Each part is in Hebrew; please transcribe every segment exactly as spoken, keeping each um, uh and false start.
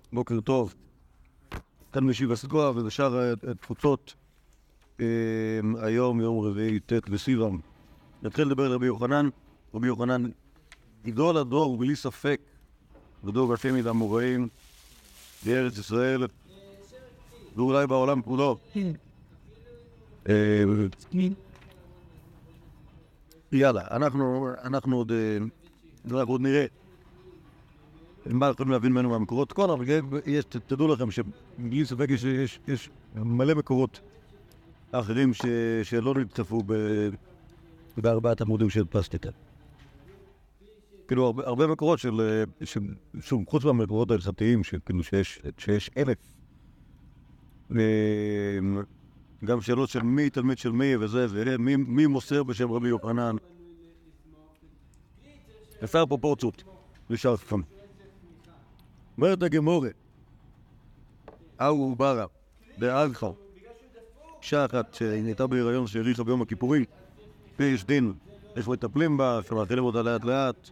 בוקר טוב. כאן משיב הסגוע ובשאר התפוצות. היום יום רביעי ט' בסיוון. נתחיל לדבר על רבי יוחנן. רבי יוחנן גדול הדור ובלי ספק גדול בתלמידי האמוראים בארץ ישראל ואולי בעולם כולו. יאללה, אנחנו אנחנו עוד עוד נראה מה יכולים להבין ממנו מהמקורות כל, אבל יש, תדעו לכם שבלי ספק יש, יש, יש מלא מקורות אחרים ש, שלא נדחפו ב, בארבעת עמודים של פלסטיקה. כאילו הרבה, הרבה מקורות של, שוב, חוץ מהמקורות ההלכתיים, שכאילו שיש, שיש אלף. גם שאלות של מי תלמיד של מי וזה, ומי מי מוסר בשם רבי יוחנן. אפשר פרופורציות לשאר חכם. אומרת הגמורה, אהו ברא, דאגחה, אישה אחת שהייתה בהיריון שהאריכה ביום הכיפורי, ויש דין, איך מטפלים בה, שמאכילים אותה לאט לאט.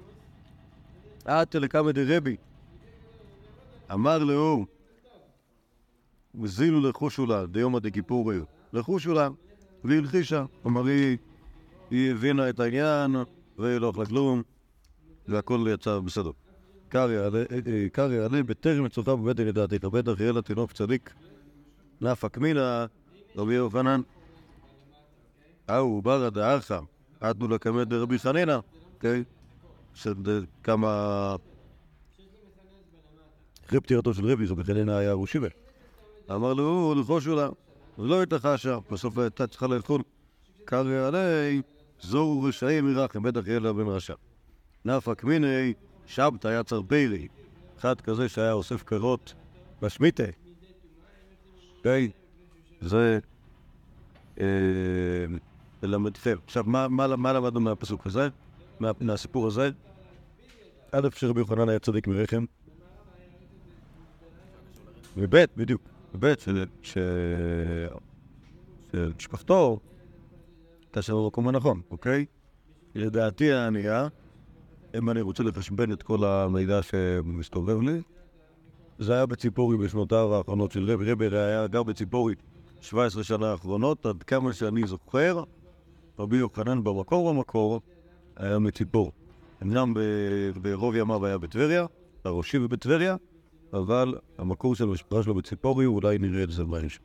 עד לקמא דרבי, אמר לאור, וזילו לחושו לה, דיומא דכיפורי, לחושו לה, והלחישה. כלומר, היא, היא הבינה את העניין, והיא לא אכלה כלום, והכל יצא בסדר. קריא עלי בטרם מצוקה בבטן ידעתי, בטח יהיה לה תינוק צדיק. נפק מינה, רבי יוחנן. אהו ברא דארכה, עדנו לקמא דרבי חנינא, אוקיי? כמה... אחרי פטירתו של רבי, רבי חנינא היה ראשיבה. אמר לו, לחושו לה, ולא התלחשה, בסוף הייתה צריכה לאכול. קריא עלי, זורו רשעים ירחם, בטח יהיה לה בן רשע. נפק מיני, שבתא יצר פיירי, אחד כזה שהיה אוסף קרות בשמיטה. אוקיי? זה ללמדכם. עכשיו, מה למדנו מהפסוק הזה? מהסיפור הזה? א' שרבי יוחנן היה צדיק מרחם. וב' בדיוק, וב' שמשפחתו הייתה שם במקום הנכון, אוקיי? לדעתי הענייה, אם אני רוצה לחשבן את כל המידע שמסתובב לי, זה היה בציפורי בשנותיו האחרונות של רבי. רבי היה גר בציפורי שבע עשרה שנה האחרונות, עד כמה שאני זוכר, רבי יוחנן במקור במקור היה מציפור. אמנם ברוב ימיו היה בטבריה, הראשי ובטבריה, אבל המקור של המשפחה שלו בציפורי, אולי נראה את זה בהמשך.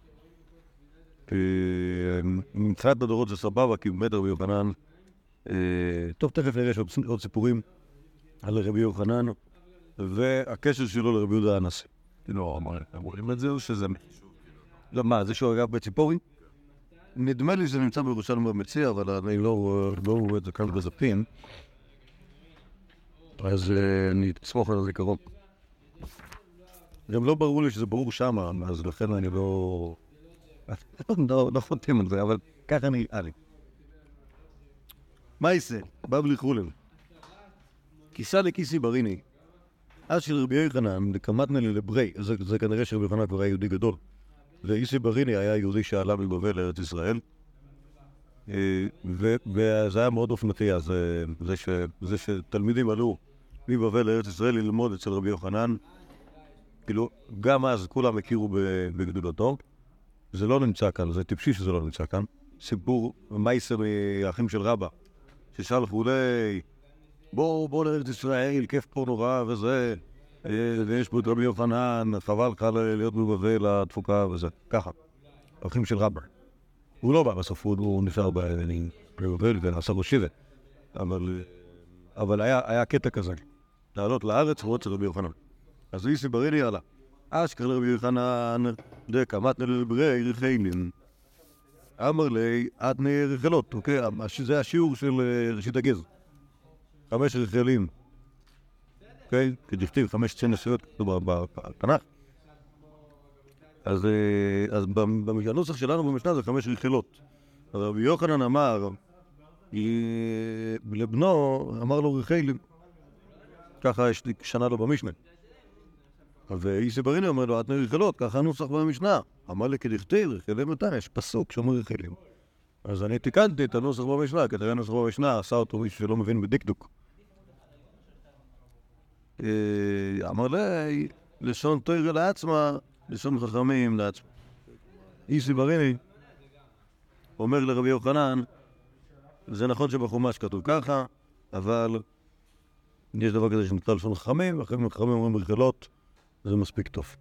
מבחינת הדורות זה סבבה, כי באמת רבי יוחנן, טוב, תכף נראה עוד סיפורים על רבי יוחנן והקשר שלו לרבי יהודה הנשיא. לא, אמורים את זה או שזה... לא, מה, זה שהוא אגב בציפורי? נדמה לי שזה נמצא בירושלים במציע, אבל אני לא רואה את זה כאן בזפים. אז אני אסמוך על הזיכרון. גם לא ברור לי שזה ברור שמה, אז לכן אני לא... לא חותם על זה, אבל ככה נראה לי. מה יעשה? בבלי חולם. כיסה לכיסי בריני. אז של רבי יוחנן, לקמתנה לברי, זה, זה כנראה שרבי יוחנן כבר היה יהודי גדול. ואיסי בריני היה יהודי שעלה מבבל לארץ ישראל. וזה היה מאוד אופנתי, אז זה, ש, זה שתלמידים עלו מבבל לארץ ישראל ללמוד אצל רבי יוחנן. כאילו, גם אז כולם הכירו בגדולתו. זה לא נמצא כאן, זה טיפשי שזה לא נמצא כאן. סיפור מייסר מאחים של רבא, ששלחו לי, בואו, בואו לארץ ישראל, כיף פה נורא וזה, ויש פה את רבי יוחנן, חבל לך להיות בבבל לתפוקה וזה, ככה, אחים של רבא. הוא לא בא בסוף, הוא נשאר בבבל ונעשה לו שיבה, אבל, אבל היה, היה קטע כזה, לעלות לארץ הוא רוצה רבי יוחנן. אז איסי בריני עלה, אשכר לרבי יוחנן, דקמתנה לברי רחילין. אמר לי, את נרחלות, אוקיי? זה השיעור של ראשית הגז. חמש רחלים. אוקיי? כדכתיב חמש צי נסיעות בתנ"ך. אז בנוסח שלנו במשנה זה חמש רחלות. רבי יוחנן אמר, לבנו אמר לו רחלים. ככה יש לי שנה לו במשנה. ואיסי בריני אומר לו, את נרחלות, ככה הנוסח במשנה. אמר לי כדכתיב, רחלי מתן, יש פסוק שאומר רחלים. אז אני תיקנתי את הנוסח במשנה, כתבי הנוסח במשנה, עשה אותו מישהו שלא מבין בדקדוק. אמר לי, לשון תוירה לעצמה, לשון חכמים לעצמה. איסי בריני אומר לרבי יוחנן, זה נכון שבחומש כתוב ככה, אבל יש דבר כזה שנקרא לשון חכמים, ואחרים חכמים אומרים ברכלות, זה מספיק טוב.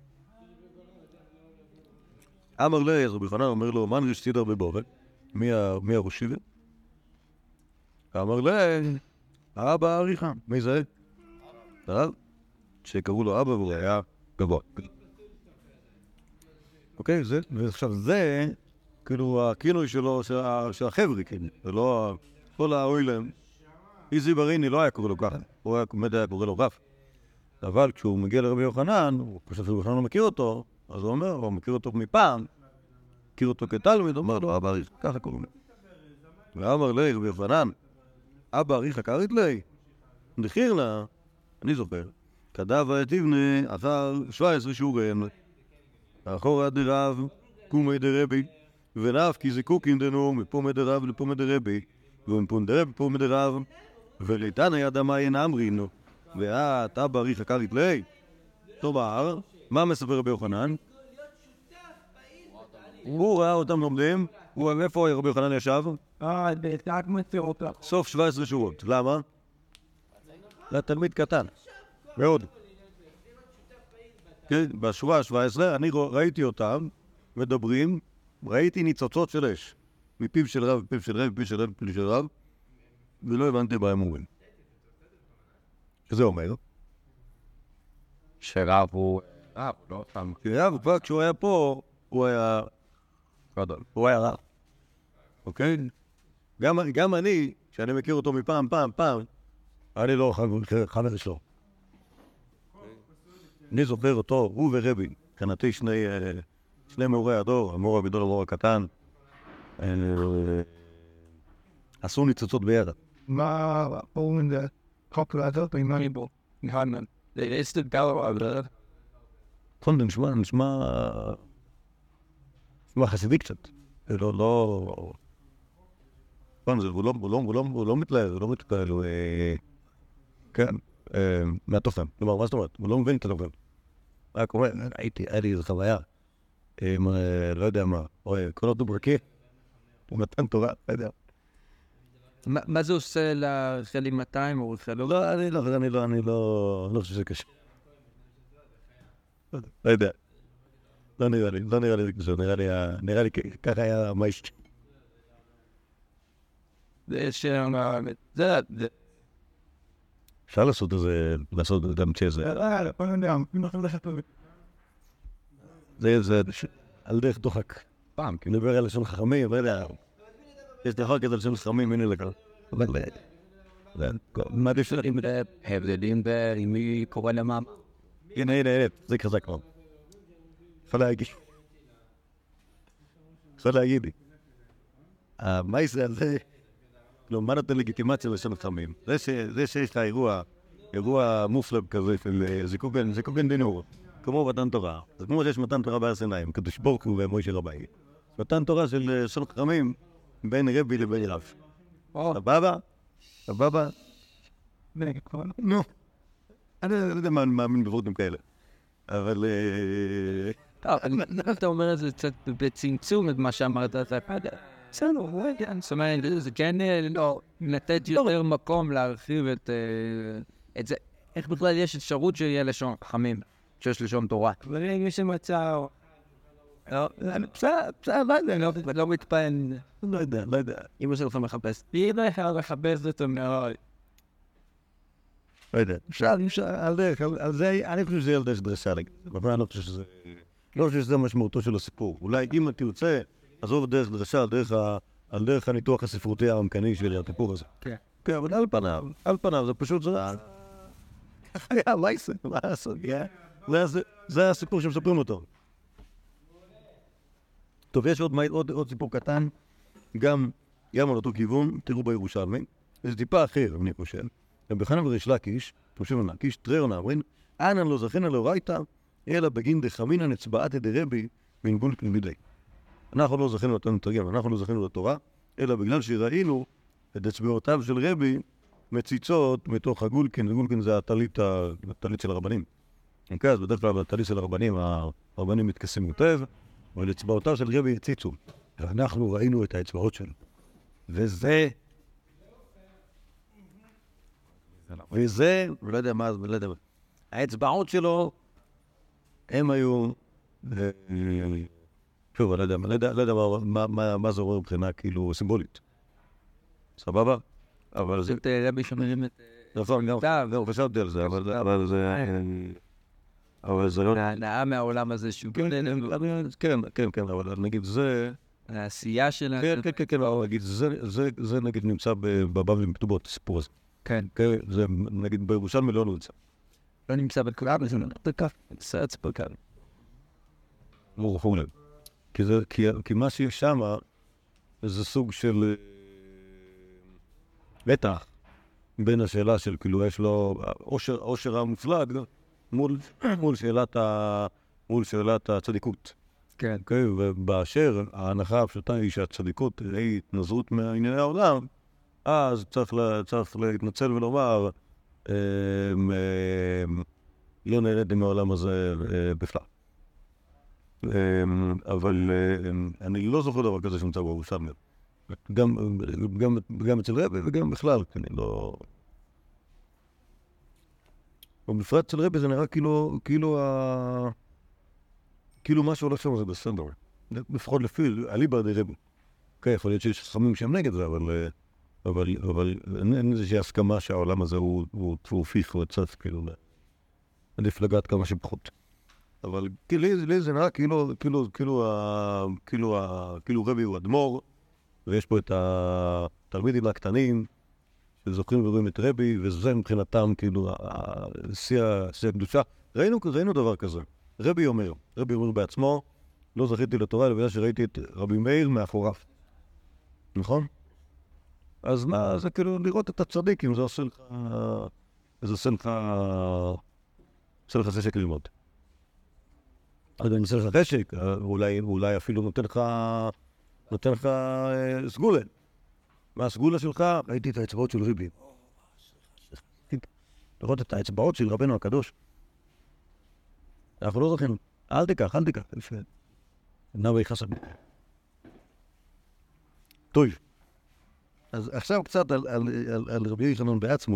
אמר לי, אז רבי יוחנן אומר לו, מן ריש סידר בבובל? מי הראש שבט? אמר לי, האבא האריכה. מי זה? טוב, שקראו לו אבא והוא היה גבוה. אוקיי, זה, ועכשיו זה, כאילו, הכינוי שלו, של החבר'ה, כאילו, זה לא, כל האוילם, איזי בריני לא היה קורא לו ככה, הוא היה היה קורא לו רב. אבל כשהוא מגיע לרבי יוחנן, הוא חושב שרבי יוחנן לא מכיר אותו, אז הוא אומר, הוא מכיר אותו מפעם, מכיר אותו כתלמיד, הוא אומר לו, אבא אריך, ככה קוראים לו. ואמר לי, רבי יוחנן, אבא אריך קראת לי, דחיר לה, אני זוכר, כדאב ותבנה אחר שבע עשרה שיעורים, אחורה דרב, קומי דרבי, ונף כי זיקוקין דנו, מפה מדרב לפה מדרבי, ומפה מדרב לפה מדרב, וריתן היד המיין אמרינו, ואת אבא אריך קראת לי, תאמר, מה מספר רבי יוחנן? הוא ראה אותם לומדים, איפה רבי יוחנן ישב? אה, בטח מציר אותך. סוף שבע עשרה שורות. למה? לתלמיד קטן. מאוד. כן, בשורה ה-שבע עשרה אני ראיתי אותם מדברים, ראיתי ניצוצות של אש. מפיו של רב, מפיו של רב, מפיו של רב, מפיו של רב, ולא הבנתי מה הם אומרים. שזה אומר? שרב הוא... רב, לא סתם. רב, כבר כשהוא היה פה, הוא היה... הוא היה רב. אוקיי? גם, גם אני, שאני מכיר אותו מפעם, פעם, פעם, אני לא חבר שלו. אני זוכר אותו, הוא ורבי, מבחינתי שני, שני מאורי הדור, המאור הגדול, המאור הקטן, עשו ניצוצות ביחד. מה אומרים זה? קופלטות בימני בו, נהנן. זה איסטד גלו עבודה. נכון, זה נשמע, נשמע... נשמע חסידי קצת. זה לא, לא... נכון, הוא לא, הוא לא, הוא לא, הוא לא מתלהב, הוא לא מתפעל, הוא... כן, מהתוכן. כלומר, מה זאת אומרת? הוא לא מבין את התוכן. רק אומר, הייתי, היה לי איזו חוויה. לא יודע מה, כל אותו ברקי, הוא נתן תורה, לא יודע. מה זה עושה לחלי מאתיים או לחלו? לא, אני לא, אני לא, אני לא, לא חושב שזה קשה. לא יודע. לא נראה לי, לא נראה לי קשה, נראה לי, נראה לי ככה היה מיישט. זה שם, זה, זה. אפשר לעשות איזה, לעשות את המציא הזה. לא, לא, לא יודע, אם אנחנו לכת טובים. זה, זה, על דרך דוחק. פעם, כי נדבר על לשון חכמים, לא יודע. יש דרך כזה לשון חכמים, הנה לכאן. אבל... מה זה שלך? הבדלים עם מי קורא למה? הנה, הנה, הנה, זה חזק מאוד. יכול להגיד. יכול להגיד לי. המייסה הזה, לא, מה נותן לגיטימציה לשון חכמים? זה שיש לך אירוע, אירוע מופלב כזה של זיקוקן, זיקוקן דינור, כמו מתן תורה. זה כמו שיש מתן תורה בהר סיני, קדוש ברוך הוא ומוישה רביי. מתן תורה של לשון חכמים בין רבי לבין רב. סבבה? סבבה? נו. אני לא יודע מה מאמין בבורדים כאלה. אבל... אתה אומר את זה קצת בצמצום את מה שאמרת, אתה יודע. בסדר, זאת אומרת, זה כן לתת יותר מקום להרחיב את זה. איך בכלל יש אפשרות שיהיה לשון חכמים, שיש לשון תורה? אבל אם יש מצע... לא, בסדר, בסדר, לא מתפעל. לא יודע, לא יודע. אמא שלך מחפש. היא לא יכולה לחפש את המראה. לא יודע. אפשר, אפשר, על דרך, על זה, אני חושב שזה ילדה שדרשה לי. אבל אני לא חושב שזה... לא חושב שזה משמעותו של הסיפור. אולי אם אתה רוצה, עזוב דרך דרשה, על דרך הניתוח הספרותי העמקני של הטיפור הזה. כן. כן, אבל על פניו, על פניו, זה פשוט זה... ככה היה, מה יעשה? מה לעשות? זה הסיפור שמספרים אותו. טוב, יש עוד סיפור קטן, גם על אותו כיוון, תראו בירושלמי, זה טיפה אחר, אני חושב. ובחנן וריש לקיש, תמשיך לקיש, טרר נאמרין, אנן לא זכינה לא ראיתה, אלא בגין דחמינא נצבעתי דרבי מנגול תלמידי. אנחנו לא זכינו לתת מתרגם, אנחנו לא זכינו לתורה, אלא בגלל שראינו את אצבעותיו של רבי מציצות מתוך הגולקין, הגולקין זה הטלית, הטלית של הרבנים. אוקיי, אז בדרך כלל בתהליך של הרבנים, הרבנים מתכסים היטב, אבל אצבעותיו של רבי הציצו. ואנחנו ראינו את האצבעות שלו. וזה... וזה, לא יודע מה, לא יודע מה. האצבעות שלו, הם היו... שוב, אני לא יודע, לא יודע, לא יודע מה, מה, מה זה אומר מבחינה כאילו סימבולית. סבבה? אבל זה... פשוט רבי שומרים את... נכון, גם, גם חשבתי על זה, אבל, אבל זה... אבל זה לא... ההנאה מהעולם הזה שהוא... כן, כן, כן, כן, אבל נגיד זה... העשייה שלה... כן, כן, כן, כן, אבל נגיד זה, זה, זה נגיד נמצא בבבלים בכתובות, הסיפור הזה. כן. כן, זה נגיד בירושלמי לא נמצא. לא נמצא בכלל, זה לא נמצא. זה אצבע כאן. מורחו לב. כי, זה, כי, כי מה שיש שם זה סוג של מתח בין השאלה של כאילו יש לו עושר, עושר המופלג מול, מול, שאלת ה, מול שאלת הצדיקות. כן. Okay, ובאשר ההנחה הפשוטה היא שהצדיקות היא התנזרות מענייני העולם, אז צריך, לה, צריך להתנצל ולומר אה, אה, לא נהניתי מהעולם הזה אה, בכלל. אבל אני לא זוכר דבר כזה שנמצא בירושלמי. גם, גם, גם אצל רבי וגם בכלל, כי אני לא... ובפרט אצל רבי זה נראה כאילו, כאילו ה... כאילו מה שהולך שם זה בסדר. לפחות לפי, אליבא דרבי. כן, יכול להיות שיש חכמים שהם נגד זה, אבל... אבל, אבל אין איזושהי הסכמה שהעולם הזה הוא, הוא, הוא פיך, הוא צץ, כאילו, עדיף לגעת כמה שפחות. אבל לי זה נראה כאילו, כאילו, כאילו, כאילו, כאילו רבי הוא אדמו"ר, ויש פה את התלמידים הקטנים שזוכרים ורואים את רבי, וזה מבחינתם כאילו שיא הקדושה. ראינו, ראינו דבר כזה. רבי אומר, רבי אומר בעצמו, לא זכיתי לתורה, אלא בגלל שראיתי את רבי מאיר מאחוריו. נכון? אז מה, זה כאילו לראות את הצדיקים, זה עושה לך, זה עושה לך, עושה לך חשק ללמוד. אז אני עושה לך חשק, אולי, אולי אפילו נותן לך, נותן לך אה, סגולה. מה הסגולה שלך? ראיתי את האצבעות של רבי. לראות את האצבעות של רבנו הקדוש. אנחנו לא זכינו. אל תיקח, אל תיקח. נאווי חסן. טוב. אז עכשיו קצת על, על, על, על רבי יוחנן בעצמו.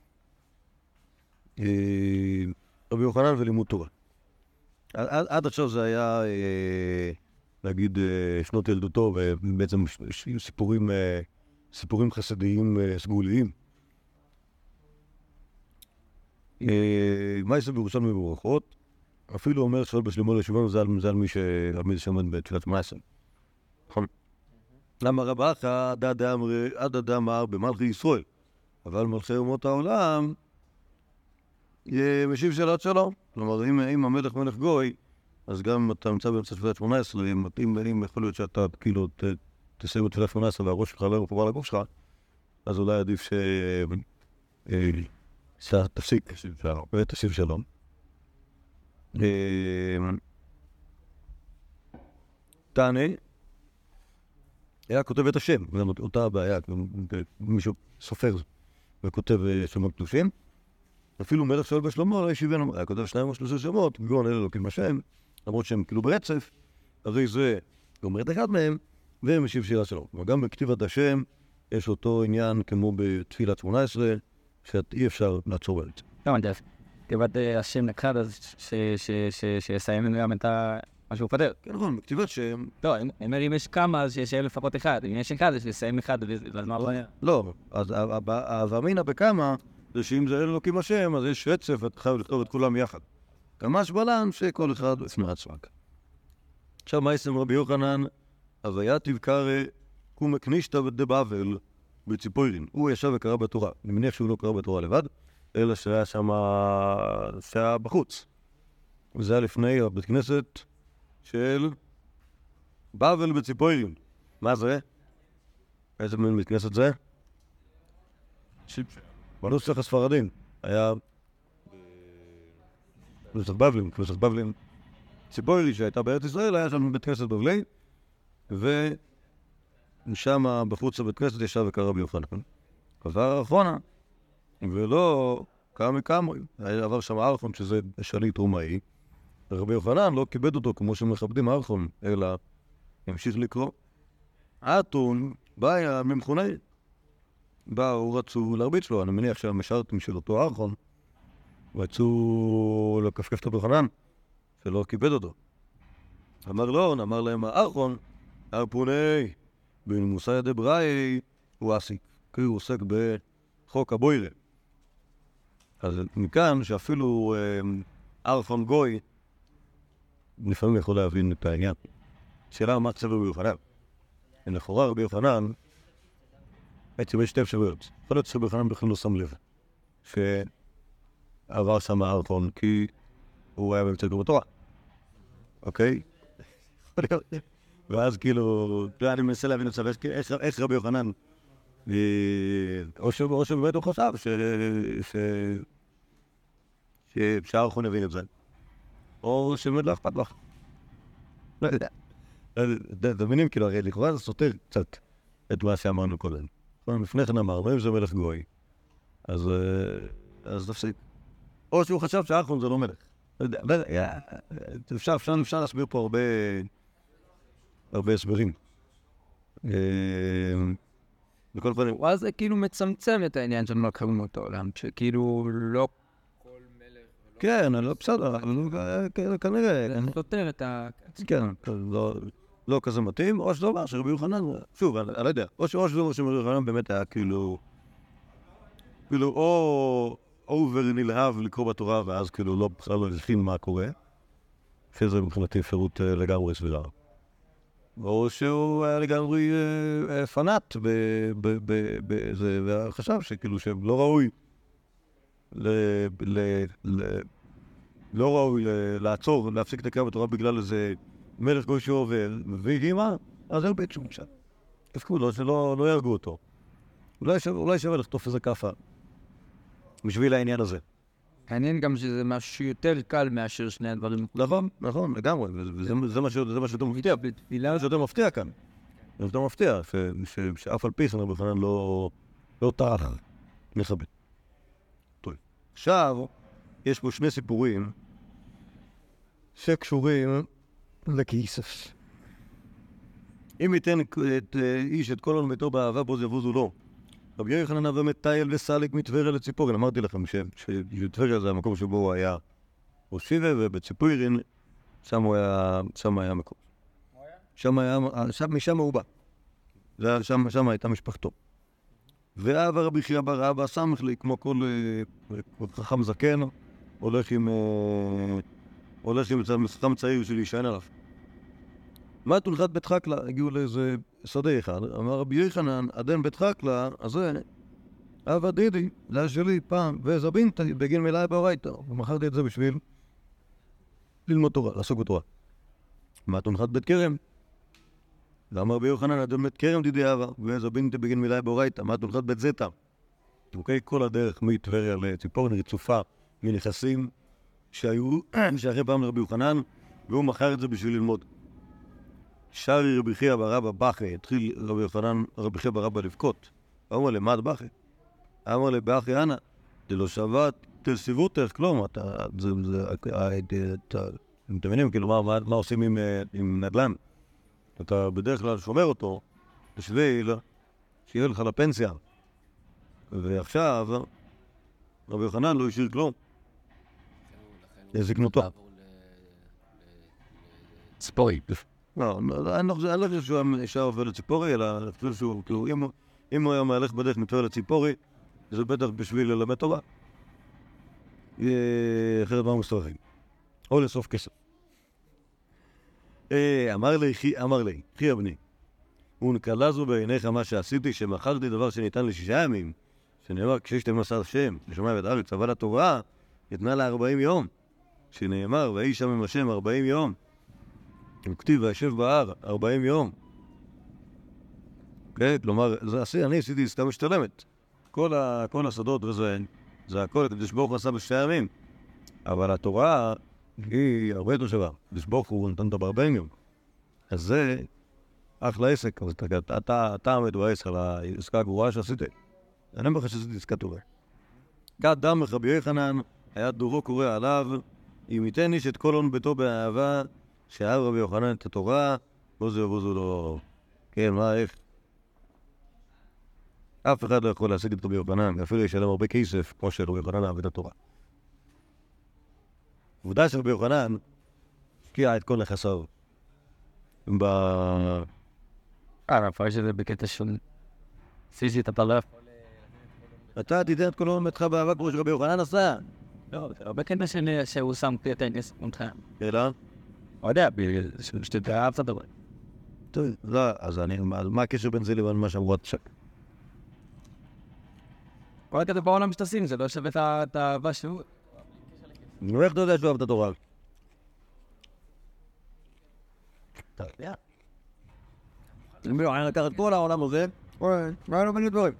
רבי יוחנן ולימוד תורה. עד, עד עכשיו זה היה, נגיד, שנות ילדותו, ובעצם סיפורים, סיפורים חסדיים סגוליים. מה יעשה בירושלמי בברכות? אפילו אומר שואל בשלמה לשובנו, זה על מי שעמד בתפילת שמונה עשרה. נכון? למה רב אחא עד אדם אמר במלכי ישראל, אבל מלכי אומות העולם משיב שאלת שלום. כלומר, אם, אם המלך מלך גוי, אז גם אם אתה נמצא באמצע תפילת שמונה עשרה, אם, אם יכול להיות שאתה כאילו ת, תסיים בתפילת שמונה עשרה והראש שלך לא מחובר לגוף שלך, אז אולי עדיף ש... שתפסיק ותשיב שלום. תענה, היה כותב את השם, אותה הבעיה, מישהו סופר וכותב שמות קדושים. אפילו מלך שואל בשלמה, הרי שבענו, היה כותב שניים או שלושה שמות, גאון אלה אלוקים השם, למרות שהם כאילו ברצף, הרי זה גומר את אחד מהם, ומשיב שאלה שלום. וגם בכתיבת השם, יש אותו עניין כמו בתפילת שמונה עשרה, שאי אפשר לעצור על זה. לא, אני יודע, כתיבת השם נכחד, אז שיסיים גם את מה שהוא פתר. כן, נכון, בכתיבת שם... לא, אני אומר, אם יש כמה, אז שיהיה לפחות אחד. אם יש אחד, אז שיסיים אחד, אז מה לא היה? לא, אז האמינא בכמה, זה שאם זה אלוקים השם, אז יש רצף, ואתה חייב לכתוב את כולם יחד. כמה שבלן שכל אחד בפני עצמו. עכשיו, מה יסם רבי יוחנן? הוויה תבקרא קומא קנישתא דבבל בציפוירין. הוא ישב וקרא בתורה. אני מניח שהוא לא קרא בתורה לבד, אלא שהיה שם, שהיה בחוץ. וזה היה לפני הבית כנסת של בבל בציפוירין. מה זה? איזה מין בית כנסת זה? בנוסח הספרדים. היה בנוסח בבלין, בנוסח בבלין ציפוירי שהייתה בארץ ישראל, היה שם בית כנסת בבלי, ושם בחוץ לבית כנסת ישב וקרא רבי יוחנן. כבר האחרונה, ולא כמה מכמה, עבר שם ארכון שזה שליט רומאי, רבי יוחנן לא כיבד אותו כמו שמכבדים ארכון, אלא המשיך לקרוא. אתון בא ממכוני, באו, רצו להרביץ לו, אני מניח שהמשרתים של אותו ארכון, רצו לקפקף את רבי יוחנן, שלא כיבד אותו. אמר לו, אמר להם הארכון, הרפוני, בנמוסי דבראי, הוא עסיק, כי הוא עוסק בחוק הבוירה. אז מכאן שאפילו ארכון גוי, לפעמים יכול להבין את העניין. שאלה מה צבע רבי יוחנן. לכאורה רבי יוחנן, בעצם יש שתי אפשרויות. יכול להיות שרבי יוחנן בכלל לא שם לב, שעבר שם ארכון, כי הוא היה באמצע קרוא בתורה. אוקיי? ואז כאילו, אני מנסה להבין את זה, איך רבי יוחנן, או שבאמת הוא חשב שהארכון יבין את זה, או שבאמת לא אכפת לך. לא יודע. דמינים, כאילו, הרי לכאורה זה סותר קצת את מה שאמרנו קודם. לפני כן אמרנו, אם זה מלך גוי, אז נפסיק. או שהוא חשב שהארכון זה לא מלך. אפשר, אפשר, אפשר להסביר פה הרבה, הרבה הסברים. בכל פנים. ואז זה כאילו מצמצם את העניין של מלכים אותו עולם, שכאילו לא כל מלך... כן, לא בסדר, כנראה. זה סותר את ה... כן, לא כזה מתאים, או שזה אומר שרבי יוחנן, שוב, אני לא יודע, או שזה אומר שרבי יוחנן באמת היה כאילו, כאילו, או... אובר נלהב לקרוא בתורה, ואז כאילו לא בכלל לא להכין מה קורה, שזה מבחינתי אפשרות לגמרי סבירה. או שהוא היה לגמרי פנאט בזה, וחשב שכאילו שלא ראוי, לא ראוי לעצור, להפסיק את הקרוא בתורה בגלל איזה מלך גוי שעובר, והיא מה? אז זה בית שום שם. תפקו לו שלא ירגו אותו. אולי שווה לחטוף איזה כפה. בשביל העניין הזה. העניין גם שזה משהו יותר קל מאשר שני הדברים. נכון, נכון, לגמרי, וזה מה שאתה מפתיע. זה יותר מפתיע כאן. זה יותר מפתיע, שאף על פי כן רבי יוחנן לא טרח לכבד. טוב. עכשיו, יש פה שני סיפורים שקשורים לכיסף. אם ייתן איש את כל עולמתו באהבה, בו יבוזו לו. רבי יוחנן הווה מטייל וסליק מטבריה לציפורין. אמרתי לכם שטבריה זה המקום שבו הוא היה ראשיבה, ובציפורין שם הוא היה, שם היה מקום. שם היה, משם הוא בא. שם, שם הייתה משפחתו. ואב רבי חייא בר אבא סמך לי, כמו כל חכם זקן, הולך עם הולך עם חכם צעיר של להישען עליו. מה תולכת בית חקלה? הגיעו לאיזה שדה אחד, אמר רבי יוחנן, עדן בית חקלה, אז זה אבא דידי, זה שלי פעם, וזבינתי בגין מילאי באורייתא, ומכרתי את זה בשביל ללמוד תורה, לעסוק בתורה. מה תולכת בית כרם? ואמר רבי יוחנן, עדן בית כרם דידי אבא, וזבינתי בגין מילאי באורייתא, מה תולכת בית זטה? אוקיי, כל הדרך מטבריה לציפורין רצופה מנכסים שהיו שייכים פעם לרבי יוחנן, והוא מכר את זה בשביל ללמוד. שרי רבי חייא בר אבא בכי, התחיל רבי יוחנן, רבי חייא בר אבא לבכות. אמר לי, מה את בכי? אמר לי, בכי אנא, דלא שבת תסיבותך, כלום, אתה, זה, זה, אתה, אתם מבינים, כאילו, מה, מה עושים עם, עם נדל"ן? אתה בדרך כלל שומר אותו, בשביל שיהיה לך לפנסיה. ועכשיו, רבי יוחנן לא השאיר כלום. לזקנותו. ציפורי. לא, אני לא חושב שהוא היה עובר לציפורי, אלא אני חושב שהוא, כאילו, אם הוא היה מהלך בדרך מטבריה לציפורי, זה בטח בשביל ללמד תורה. אחרת מה מסתובבים. או לסוף כסף. אמר לי, אמר לי, חייא בני, ונקלה זו בעיניך מה שעשיתי, שמכרתי דבר שניתן לשישה ימים, שנאמר, כששתם עשה השם, לשמיים את הארץ, אבל התורה ניתנה לה ארבעים יום, שנאמר, והאיש שם עם השם ארבעים יום. וכתיב וישב בהר ארבעים יום. כן, כלומר, אני עשיתי עסקה משתלמת. כל השדות וזה, זה הכל, הקדוש ברוך הוא עשה בשתי ימים. אבל התורה היא הרבה יותר שווה. הקדוש ברוך הוא נתן אותה בארבעים יום. אז זה אחלה עסק. אתה עומד בעסק על העסקה הגרועה שעשיתי. אני אומר לך שעשיתי עסקה טובה. כת דם רבי יוחנן, היה דובו קורא עליו, אם ייתן איש את כל הון ביתו באהבה, שאהב רבי יוחנן את התורה, בוזו ובוזו לו. כן, מה, איך? אף אחד לא יכול להשיג את רבי יוחנן, אפילו ישלם הרבה כסף, כמו שרבי יוחנן אהב את התורה. עובדה שרבי יוחנן השקיע את כל נכסיו. ב... אה, נפל שזה בקטע של פיזית, אתה לא יכול... אתה תיתן את כל הון ביתך באהבה כמו שרבי יוחנן עשה. לא, זה הרבה קטע שהוא שם קטע כסף ממך. אלא? לא יודע, שאתה אהבת הדבר. טוב, לא, אז אני, מה הקשר בין זה לבין מה שאמרו עד שק? כל הקטע בעולם שתשים, זה לא שווה את האהבה שהוא... ואיך אתה יודע שהוא אהב את התורה? אתה יודע. אם הוא היה לקח את כל העולם הזה, מה היה לו מלא דברים?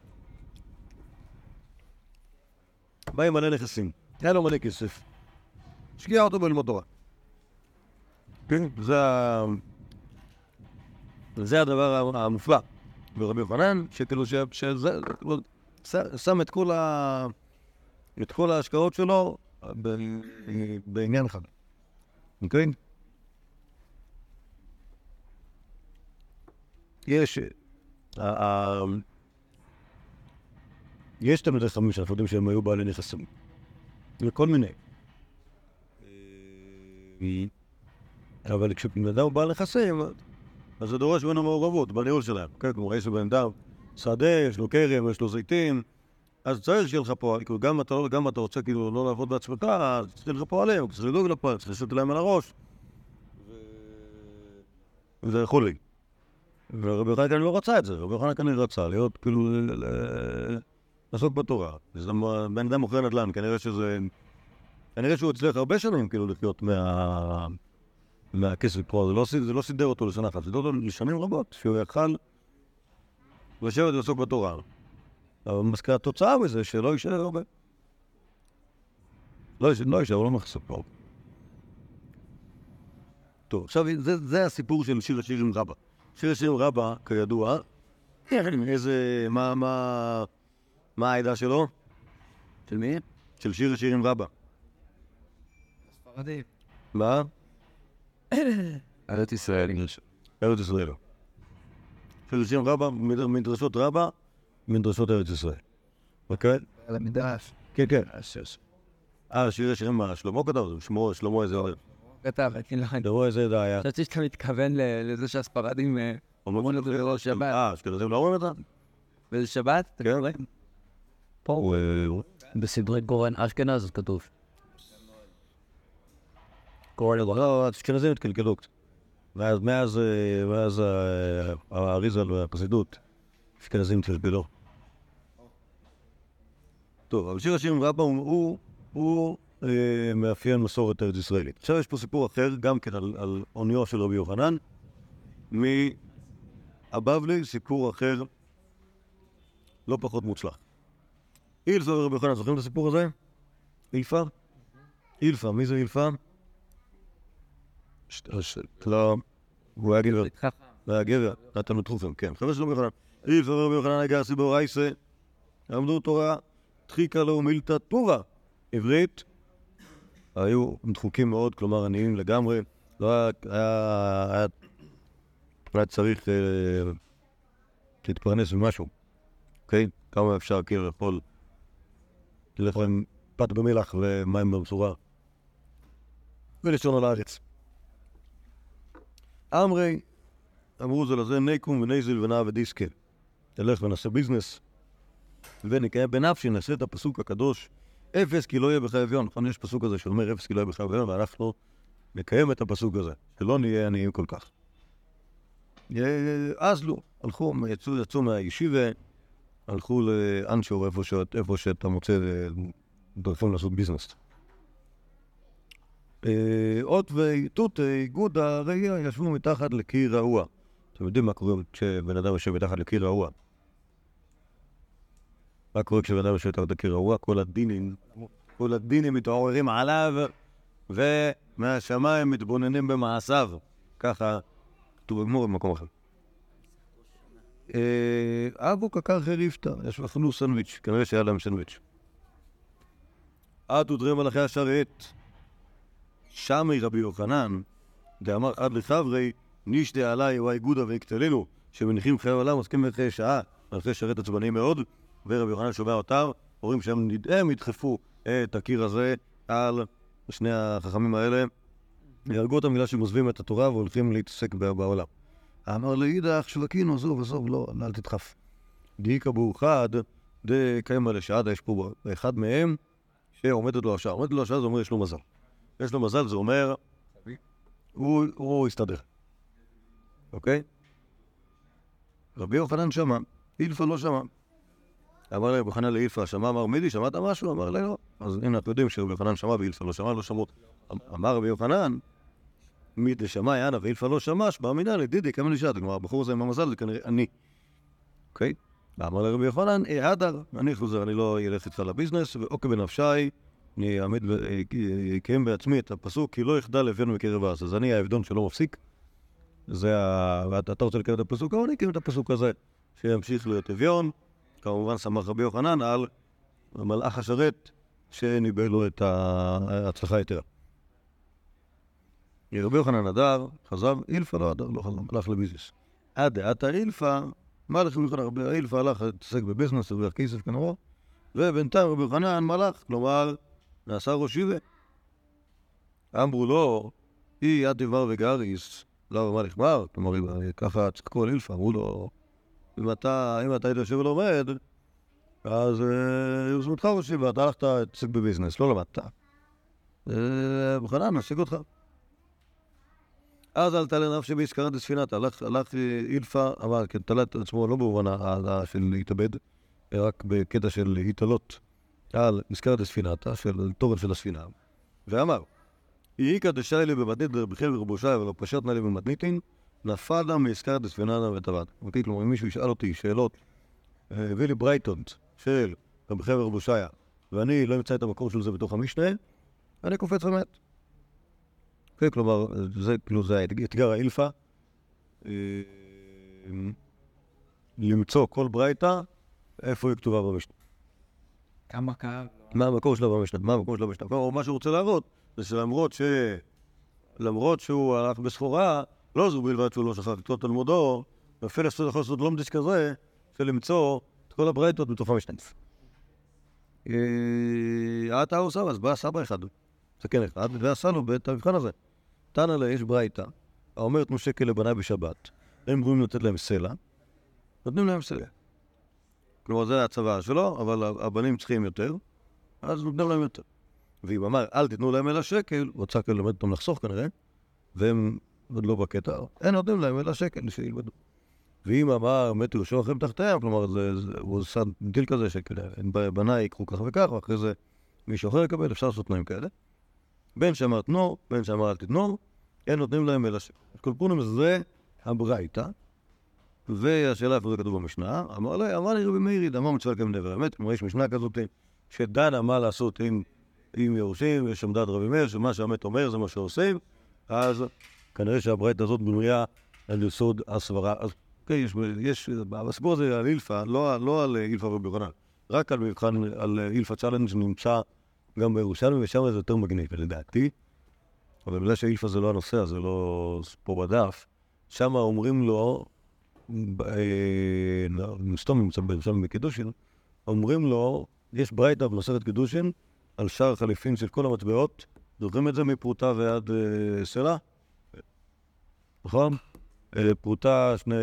בא עם מלא נכסים, היה לו מלא כסף. השקיע אותו בלמוד תורה. כן, זה ה... זה הדבר המופלא ברבי יוחנן, שכאילו שזה... שם את כל ה... את כל ההשקעות שלו בעניין אחד. אוקיי? יש... יש תלמידי חכמים שאנחנו יודעים שהם היו בעלי נכסים. וכל מיני. אבל כשבן אדם הוא בעל נכסים, אז זה דורש ממנו מעורבות בניהול שלהם. כן, כלומר, יש לבן אדם שדה, יש לו כרם, יש לו זיתים, אז צריך שיהיה לך פועל, גם אתה, גם אתה רוצה כאילו לא לעבוד בעצמך, אז צריך לך פועלים, צריך לדאוג לפועל, צריך לשאת להם על הראש. וזה יכול לי. ורבי יוחנן כנראה לא רצה את זה, רבי יוחנן כנראה רצה להיות כאילו לעסוק בתורה. זה בן אדם מוכר נדל"ן, כנראה שזה... כנראה שהוא הצליח הרבה שנים כאילו לחיות מה... מהכסף פה, זה לא, זה לא סידר אותו לשנה אחת, זה סידר אותו לשנים רבות, שהוא יכל לשבת ולעסוק בתורה. אבל מסקנה התוצאה בזה שלא יישאר הרבה. לא יישאר, לא יישאר, הוא לא מחסר פה. טוב, עכשיו זה, זה הסיפור של שיר השירים רבא. שיר השירים רבא, כידוע, איזה, מה, מה, מה העדה שלו? של מי? של שיר השירים רבא. ספרדי. מה? ארץ ישראל. ארץ ישראל. שיר השירים רבא, מדרשות רבא, מדרשות ארץ ישראל. אוקיי? על המדרש. כן, כן. אה, שיר השירים מה? שלמה כתב, שמו, שלמה איזה אוהב. כתב, אני לא יודע. שלמה איזה עדה היה. חשבתי שאתה מתכוון לזה שהספרדים אומרים את זה בראש שבת. אה, שכאלה לא אומרים את זה? באיזה שבת? כן. פה. בסדרי גורן אשכנז כתוב. גורן לא, אשכנזים התקלקלו קצת. ואז, מאז, מאז האריזה והחסידות, אשכנזים התקלקלו. טוב, אבל שיר השירים רבא הוא, הוא מאפיין מסורת ארץ ישראלית. עכשיו יש פה סיפור אחר, גם כן על, על עוניו של רבי יוחנן, מהבבלי, סיפור אחר לא פחות מוצלח. אילפא ורבי יוחנן, זוכרים את הסיפור הזה? אילפא? אילפא, מי זה אילפא? לא, הוא היה גבר. הוא היה גבר, נתן מטרופם, כן. חבר של רבי יוחנן. אילפא ורבי יוחנן הגר סיבור אייסה, עמדו תורה, דחיקה לו מילתא טובה. עברית, היו דחוקים מאוד, כלומר עניים לגמרי. לא היה, היה, היה, היה צריך אה, להתפרנס ממשהו. אוקיי? כמה אפשר כאילו לאכול, לאכול עם פת במלח ומים במשורה. ולשון על הארץ. אמרי, אמרו זה לזה ניקום ונייזיל ונאה ודיסקה. תלך ונעשה ביזנס. ונקיים בנפשי, נעשה את הפסוק הקדוש. אפס כי לא יהיה בך אביון. נכון, יש פסוק הזה שאומר אפס כי לא יהיה בך אביון, ואנחנו נקיים את הפסוק הזה, שלא נהיה עניים כל כך. אז לא, הלכו, יצאו, יצאו מהישיבה, הלכו לאנשור, איפה, שאת, איפה שאתה מוצא דרכים לעשות ביזנס. אות ותותי, גודה, ראייה, ישבו מתחת לקיר רעוע. אתם יודעים מה קורה כשבן אדם יושב מתחת לקיר רעוע? מה קורה כשבן אדם יושב מתחת לקיר רעוע? כל הדינים, כל הדינים מתעוררים עליו, ומהשמיים מתבוננים במעשיו. ככה כתוב בגמור במקום אחר. אבו קקר חריפתא, יש אכלו סנדוויץ', כנראה שהיה להם סנדוויץ'. עד ודרי מלאכי השרת. שמי רבי יוחנן, דאמר עד לחברי, נשתה עלי ואיגודה ויקטלנו, שמניחים חיי העולם עוסקים בחיי שעה, מלאכי שרת עצבניים מאוד, ורבי יוחנן שומע אותם, אומרים שהם הם ידחפו את הקיר הזה על שני החכמים האלה, יהרגו אותם בגלל שהם עוזבים את התורה והולכים להתעסק בעולם. אמר לאידך שלקינו, עזוב, עזוב, לא, אל תדחף. דאיקה בו אחד, דקיימה לשעדה, יש פה אחד מהם שעומדת לו השעה. עומדת לו השעה, זה אומר יש לו מזל. יש לו מזל, זה אומר, הוא, הוא יסתדר. אוקיי? רבי יוחנן שמע, אילפה לא שמע. אמר רבי יוחנן לאילפה, שמע, אמר מידי, שמעת משהו? אמר לי לא. אז הנה, אנחנו יודעים שרבי יוחנן שמע ואילפה לא שמע, לא שמעו. אמר רבי יוחנן, מידי שמע יענה ואילפה לא שמע, שבא מינה לדידי, כמה נשאר. כלומר, הבחור הזה עם המזל זה כנראה אני. אוקיי? אמר לרבי יוחנן, אה, הדר, אני חוזר, אני לא ילך איתך לביזנס, ואוקיי בנפשי, אני אעמיד ויקיים בעצמי את הפסוק, כי לא יחדל לבינו מקרב הארץ. אז אני האבדון שלא מפסיק. זה ה... ואתה רוצה לקיים את הפסוק, אבל אני אקיים את הפסוק הזה, שימשיך להיות אביון. כמובן שמח רבי יוחנן על מלאך השרת, שניבא לו את ההצלחה היתרה. רבי יוחנן הדר, חזב, אילפה לא הדר, לא חזב, הלך לביזנס. עד דעתה אילפה, מה לכם יוחנן? רבי אילפה הלך להתעסק בביזנס, הרוויח כסף כנראה, ובינתיים רבי יוחנן מלאך, כלומר, נעשה ראש יבה. אמרו לו, אי יד דבר וגריס, לא מה לכמר, כלומר, ככה צחקו על אילפה, אמרו לו, אם אתה, אם אתה היית יושב ולומד, אז יוזמתך ראש יבה, אתה הלכת להתעסק בביזנס, לא למדת. יוחנן, נשיג אותך. אז אל תעלה נפשי בהזכרת הספינת, הלך, הלך אילפה, אבל תלה את עצמו לא במובן של להתאבד, רק בקטע של להתעלות על הזכרת הספינתה, של תורן של הספינה, ואמר, איקא דשאי לי במתנית בחבר רבושי ולא פשט נא לי במתניתין, נפל לה מהזכרת הספינתה וטבעת. אוקיי, כלומר, אם מישהו ישאל אותי שאלות, הביא לי ברייטון של בחבר רבושיה, ואני לא אמצא את המקור של זה בתוך המשנה, אני קופץ ומת. אוקיי, כלומר, זה, כאילו, זה אתגר האילפה, למצוא כל ברייטה, איפה היא כתובה במשנה. כמה כאב. מה המקור שלה במשנה? מה המקור שלה במשנה? כלומר, מה שהוא רוצה להראות, זה שלמרות ש... למרות שהוא הלך בסחורה, לא זו בלבד שהוא לא שכח לקרוא תלמודו, ואפילו יכול לעשות לומדיס כזה, של למצוא את כל הברייתות בתוך המשנה. אתה עושה, אז בא סבא אחד. זה כן אחד, ועשה לו את המבחן הזה. תנא לה, יש ברייתא, האומרת תנו שקל לבניי בשבת, הם יכולים לתת להם סלע, נותנים להם סלע. כלומר, זה הצבא שלו, אבל הבנים צריכים יותר, אז נותנים להם יותר. ואם אמר, אל תיתנו להם אלא שקל, רוצה כאילו למד אותם לחסוך כנראה, והם עוד לא בקטע, אין נותנים להם אלא שקל שילמדו. ואם אמר, מתו יהושע לכם תחתיהם, כלומר, זה, זה, הוא עושה דיל כזה שבניי יקחו כך וכך, ואחרי זה מישהו אחר יקבל, אפשר לעשות תנאים כאלה. בין שאמר תנו, בין שאמר אל תתנו, אין נותנים להם אלא שקל. כל פונים זה הברייתא, והשאלה איפה זה כתוב במשנה, אמר לי, אמר לי רבי מאיר, אמר מצווה לקיים דבר האמת, כלומר יש משנה כזאת שדנה מה לעשות עם, עם יורשים, יש שם דעת רבי מאיר, שמה שהאמת אומר זה מה שעושים, אז כנראה שהברייתא הזאת בנויה על יסוד הסברה. אז כן, יש, יש, בסיפור הזה על אילפה, לא, לא על אילפה רבי יוחנן, רק על מבחן, על אילפה צ'אלנג' שנמצא גם בירושלים, ושם זה יותר מגניב, לדעתי, אבל בגלל שאילפה זה לא הנושא, זה לא פה בדף, שם אומרים לו, מסתום נמצא שם בקידושין, אומרים לו, יש ברייתא במסכת קידושין, על שער חליפין של כל המטבעות, זוכרים את זה מפרוטה ועד סלע? נכון? פרוטה, שני...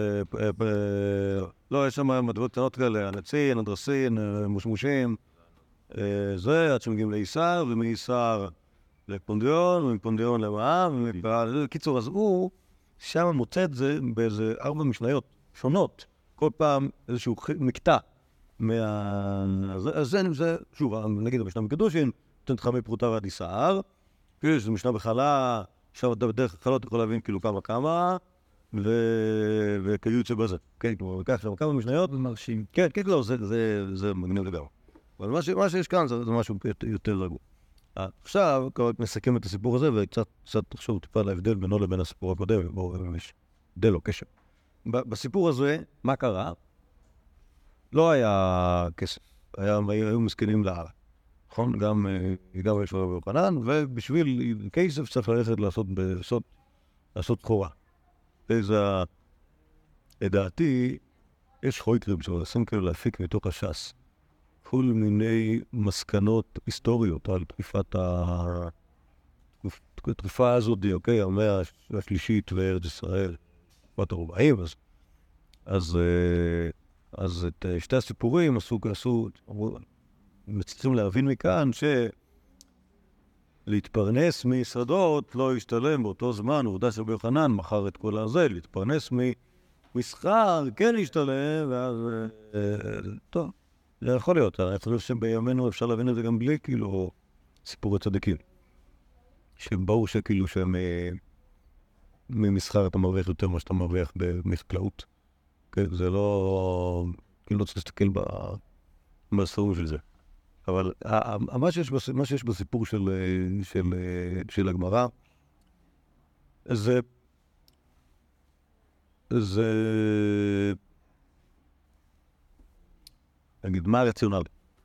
לא, יש שם מטבעות קטנות כאלה, הנצין, הדרסין, מושמושים, זה, עד שמגיעים לאיסר, ומאיסר לפונדיון, ומפונדיון למע"מ, קיצור, אז הוא שם מוצא את זה באיזה ארבע משניות שונות, כל פעם איזשהו מקטע מה... אז זה, שוב, נגיד המשנה בקידושין, נותנת לך מפרוטה ועד איסר, יש משנה בחלה, עכשיו אתה בדרך חלות יכול להבין כאילו כמה כמה, וכאילו שבזה, כן, כלומר, וכך שם כמה משניות, מרשים. כן, כן, לא, זה מגניב לגמרי. אבל מה שיש כאן זה משהו יותר רגוע. עכשיו, נסכם את הסיפור הזה, וקצת תחשוב טיפה על ההבדל בינו לבין הסיפור הקודם, בואו יש הבדל או קשר. בסיפור הזה, מה קרה? לא היה כסף, היו מסכנים להר. נכון? גם, גם יש רבי יוחנן, ובשביל כסף צריך ללכת לעשות, לעשות, לעשות חורה. וזה, לדעתי, יש חויקרים שמנסים כאילו להפיק מתוך הש"ס כל מיני מסקנות היסטוריות על תקופת ה... התקופה הזאת, אוקיי, המאה השלישית בארץ ישראל, תקופת ארבעים, אז, אז, אז את שתי הסיפורים עשו, עשו, מצליחים להבין מכאן שלהתפרנס מיסודות לא ישתלם באותו זמן, עובדה שרבי יוחנן מכר את כל הזה, להתפרנס ממסחר כן ישתלם, ואז, טוב, זה יכול להיות, אני חושב שבימינו אפשר להבין את זה גם בלי, כאילו, סיפורי צדיקים. שברור שכאילו שהם ממסחר אתה מרוויח יותר ממה שאתה מרוויח במחקלאות. זה לא... כאילו לא צריך להסתכל בספרים של זה. אבל מה שיש בסיפור של הגמרא, זה... זה... נגיד, מה הרציונל?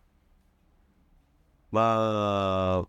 מה...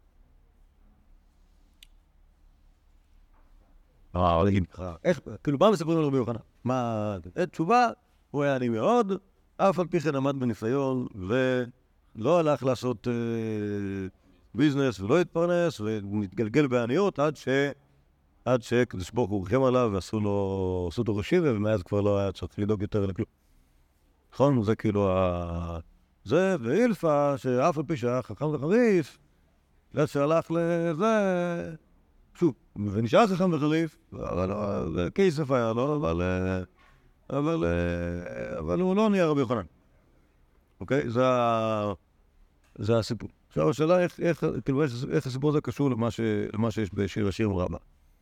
אה, נגיד, איך, כאילו, מה מספרים על רבי יוחנן? מה, תשובה, הוא היה עני מאוד, אף על פי כן עמד בניסיון, ולא הלך לעשות אה, ביזנס, ולא התפרנס, ומתגלגל בעניות, עד ש... עד שקדוש ברוך הוא ריחם עליו, ועשו לו, עשו אותו ראשי, ומאז כבר לא היה צריך לדאוג יותר לכלום. נכון? זה כאילו ה... זה, ואילפה, שאף על פי שהיה חכם וחריף, עד שהלך לזה... שוב, ונשאר חכם וחריף, אבל כסף היה לו, אבל... אבל... אבל הוא לא נהיה רבי יוחנן. אוקיי? זה ה... זה הסיפור. עכשיו, השאלה איך, איך, כאילו, איך הסיפור הזה קשור למה ש... למה שיש בשיר השירים רבה.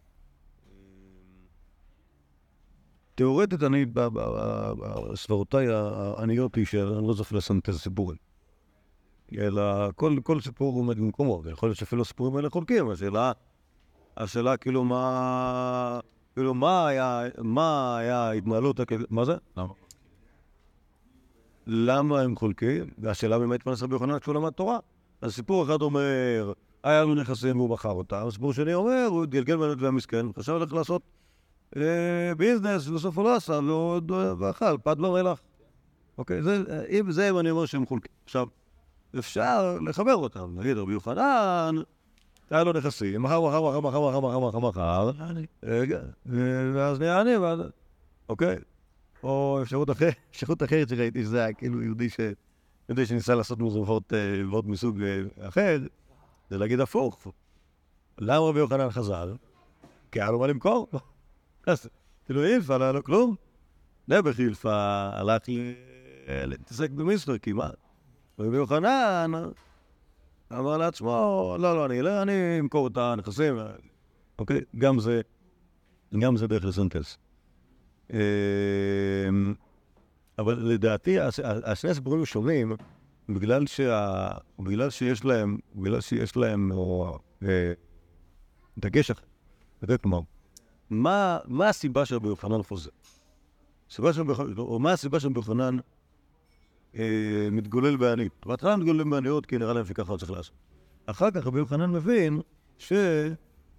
תיאורטית, אני, בסברותיי העניות היא שאני לא זוכה לסנטז סיפורים. אלא כל, כל סיפור עומד במקומו, ויכול להיות שאפילו הסיפורים האלה חולקים, השאלה... השאלה כאילו מה... כאילו מה היה... מה היה ההתנהלות... מה זה? למה? למה הם חולקים? והשאלה באמת מה נסר ביוחנן כשהוא למד תורה. אז סיפור אחד אומר, היה לו נכסים והוא מכר אותם. הסיפור שני אומר, הוא התגלגל בנות והמסכן, חשב הולך לעשות אה, ביזנס, בסוף הוא לא עשה, והוא ואכל, פת במלח. אוקיי? זה, אם זה אם אני אומר שהם חולקים. עכשיו, אפשר לחבר אותם. נגיד, רבי יוחנן... היה לו נכסים, מחר, מחר, מחר, מחר, מחר, מחר, מחר, מחר, ואז נהיה עני, ואז... אוקיי? או אפשרות אחרת, אפשרות אחרת שראיתי שזה היה כאילו יהודי ש... יהודי שניסה לעשות מוזרות מסוג אחר, זה להגיד הפוך. למה רבי יוחנן חזר? כי היה לו מה למכור. אז, כאילו אילפה, לא היה לו כלום. נעבך אילפה הלך להתעסק במיסטר כמעט. רבי יוחנן... אמר לעצמו, לא, לא, אני לא, אני אמכור את הנכסים, אוקיי? גם זה, גם זה דרך לסנטז. אבל לדעתי, השני הסיפורים שונים, בגלל שה... בגלל שיש להם, בגלל שיש להם, או... דגש אחר. כלומר, מה, מה הסיבה שרבי יוחנן חוזר? הסיבה שרבי יוחנן, או מה הסיבה שרבי יוחנן מתגולל בעניות. בהתחלה מתגוללים בעניות כי נראה להם שככה הוא צריך לעשות. אחר כך רבי יוחנן מבין שיש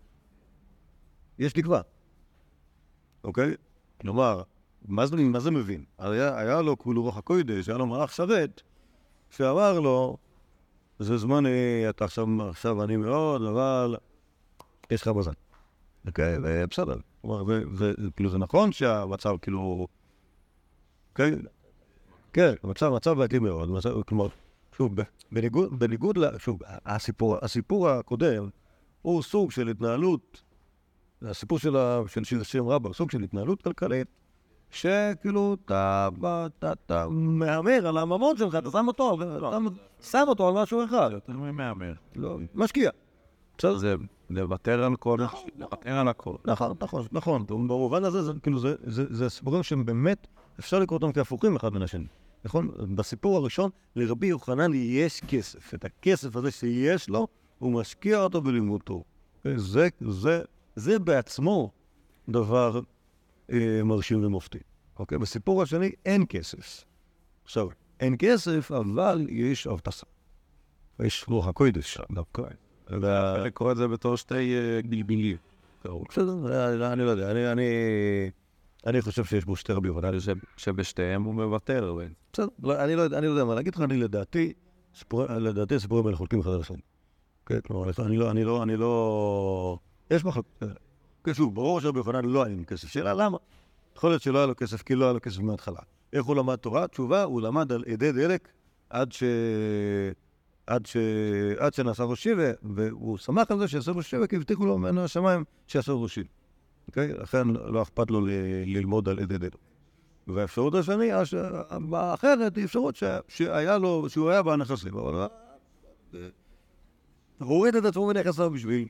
תקווה. אוקיי? כלומר, מה זה, מה זה מבין? היה, היה לו כאילו רוח הקודש, היה לו מלאך שרת, שאמר לו, זה זמן, אתה עכשיו, עכשיו אני מאוד, אבל יש לך מזל. אוקיי? ובסדר. כלומר, וכאילו זה נכון שהמצב כאילו... אוקיי? כן, המצב, המצב בעייתי מאוד, מצב, כלומר, שוב, בניגוד, בניגוד, שוב, הסיפור, הסיפור הקודם הוא סוג של התנהלות, הסיפור של, של שיר השירים רבה, סוג של התנהלות כלכלית, שכאילו, אתה, אתה, אתה מהמר על הממון שלך, אתה שם אותו, אתה שם אותו על משהו אחד. יותר ממהמר. לא, משקיע. זה לוותר על כל, לוותר על הכל. נכון, נכון, נכון. במובן הזה, זה, כאילו, זה, זה, זה סיפורים שהם באמת, אפשר לקרוא אותם כהפוכים אחד מן השני. נכון? בסיפור הראשון, לרבי יוחנן יש כסף. את הכסף הזה שיש לו, הוא משקיע אותו בלימוד תורה. זה, זה, זה בעצמו דבר אה, מרשים ומופתי. אוקיי? בסיפור השני אין כסף. עכשיו, אין כסף, אבל יש אבטחה. יש רוח הקודש. דווקא. אני קורא את זה בתור שתי גלגלים. בסדר, אני לא יודע, אני, אני, אני חושב שיש בו שתי רבי יוחנן. שבשתיהם הוא מוותר. בסדר, אני לא יודע, אני לא יודע מה להגיד לך, אני לדעתי, לדעתי הסיפורים האלה חולקים אחד על השני. כן, כלומר, אני לא, אני לא, אני לא... יש מחלוק. שוב, ברור שרבי יוחנן לא היה עם כסף. שאלה למה? יכול להיות שלא היה לו כסף, כי לא היה לו כסף מההתחלה. איך הוא למד תורה? תשובה, הוא למד על עדי דלק עד ש... עד ש... עד שנעשה ראש שיבה, והוא שמח על זה שיעשה ראש שיבה, כי הבטיחו לו מן השמיים שיעשה ראש שיבה. אוקיי? לכן לא אכפת לו ל... ללמוד על עדי דלק. והאפשרות השני, הש... האחרת, היא אפשרות ש... שהיה לו, שהוא היה בנכסים, אבל... הוא הוריד את עצמו בנכסיו בשביל...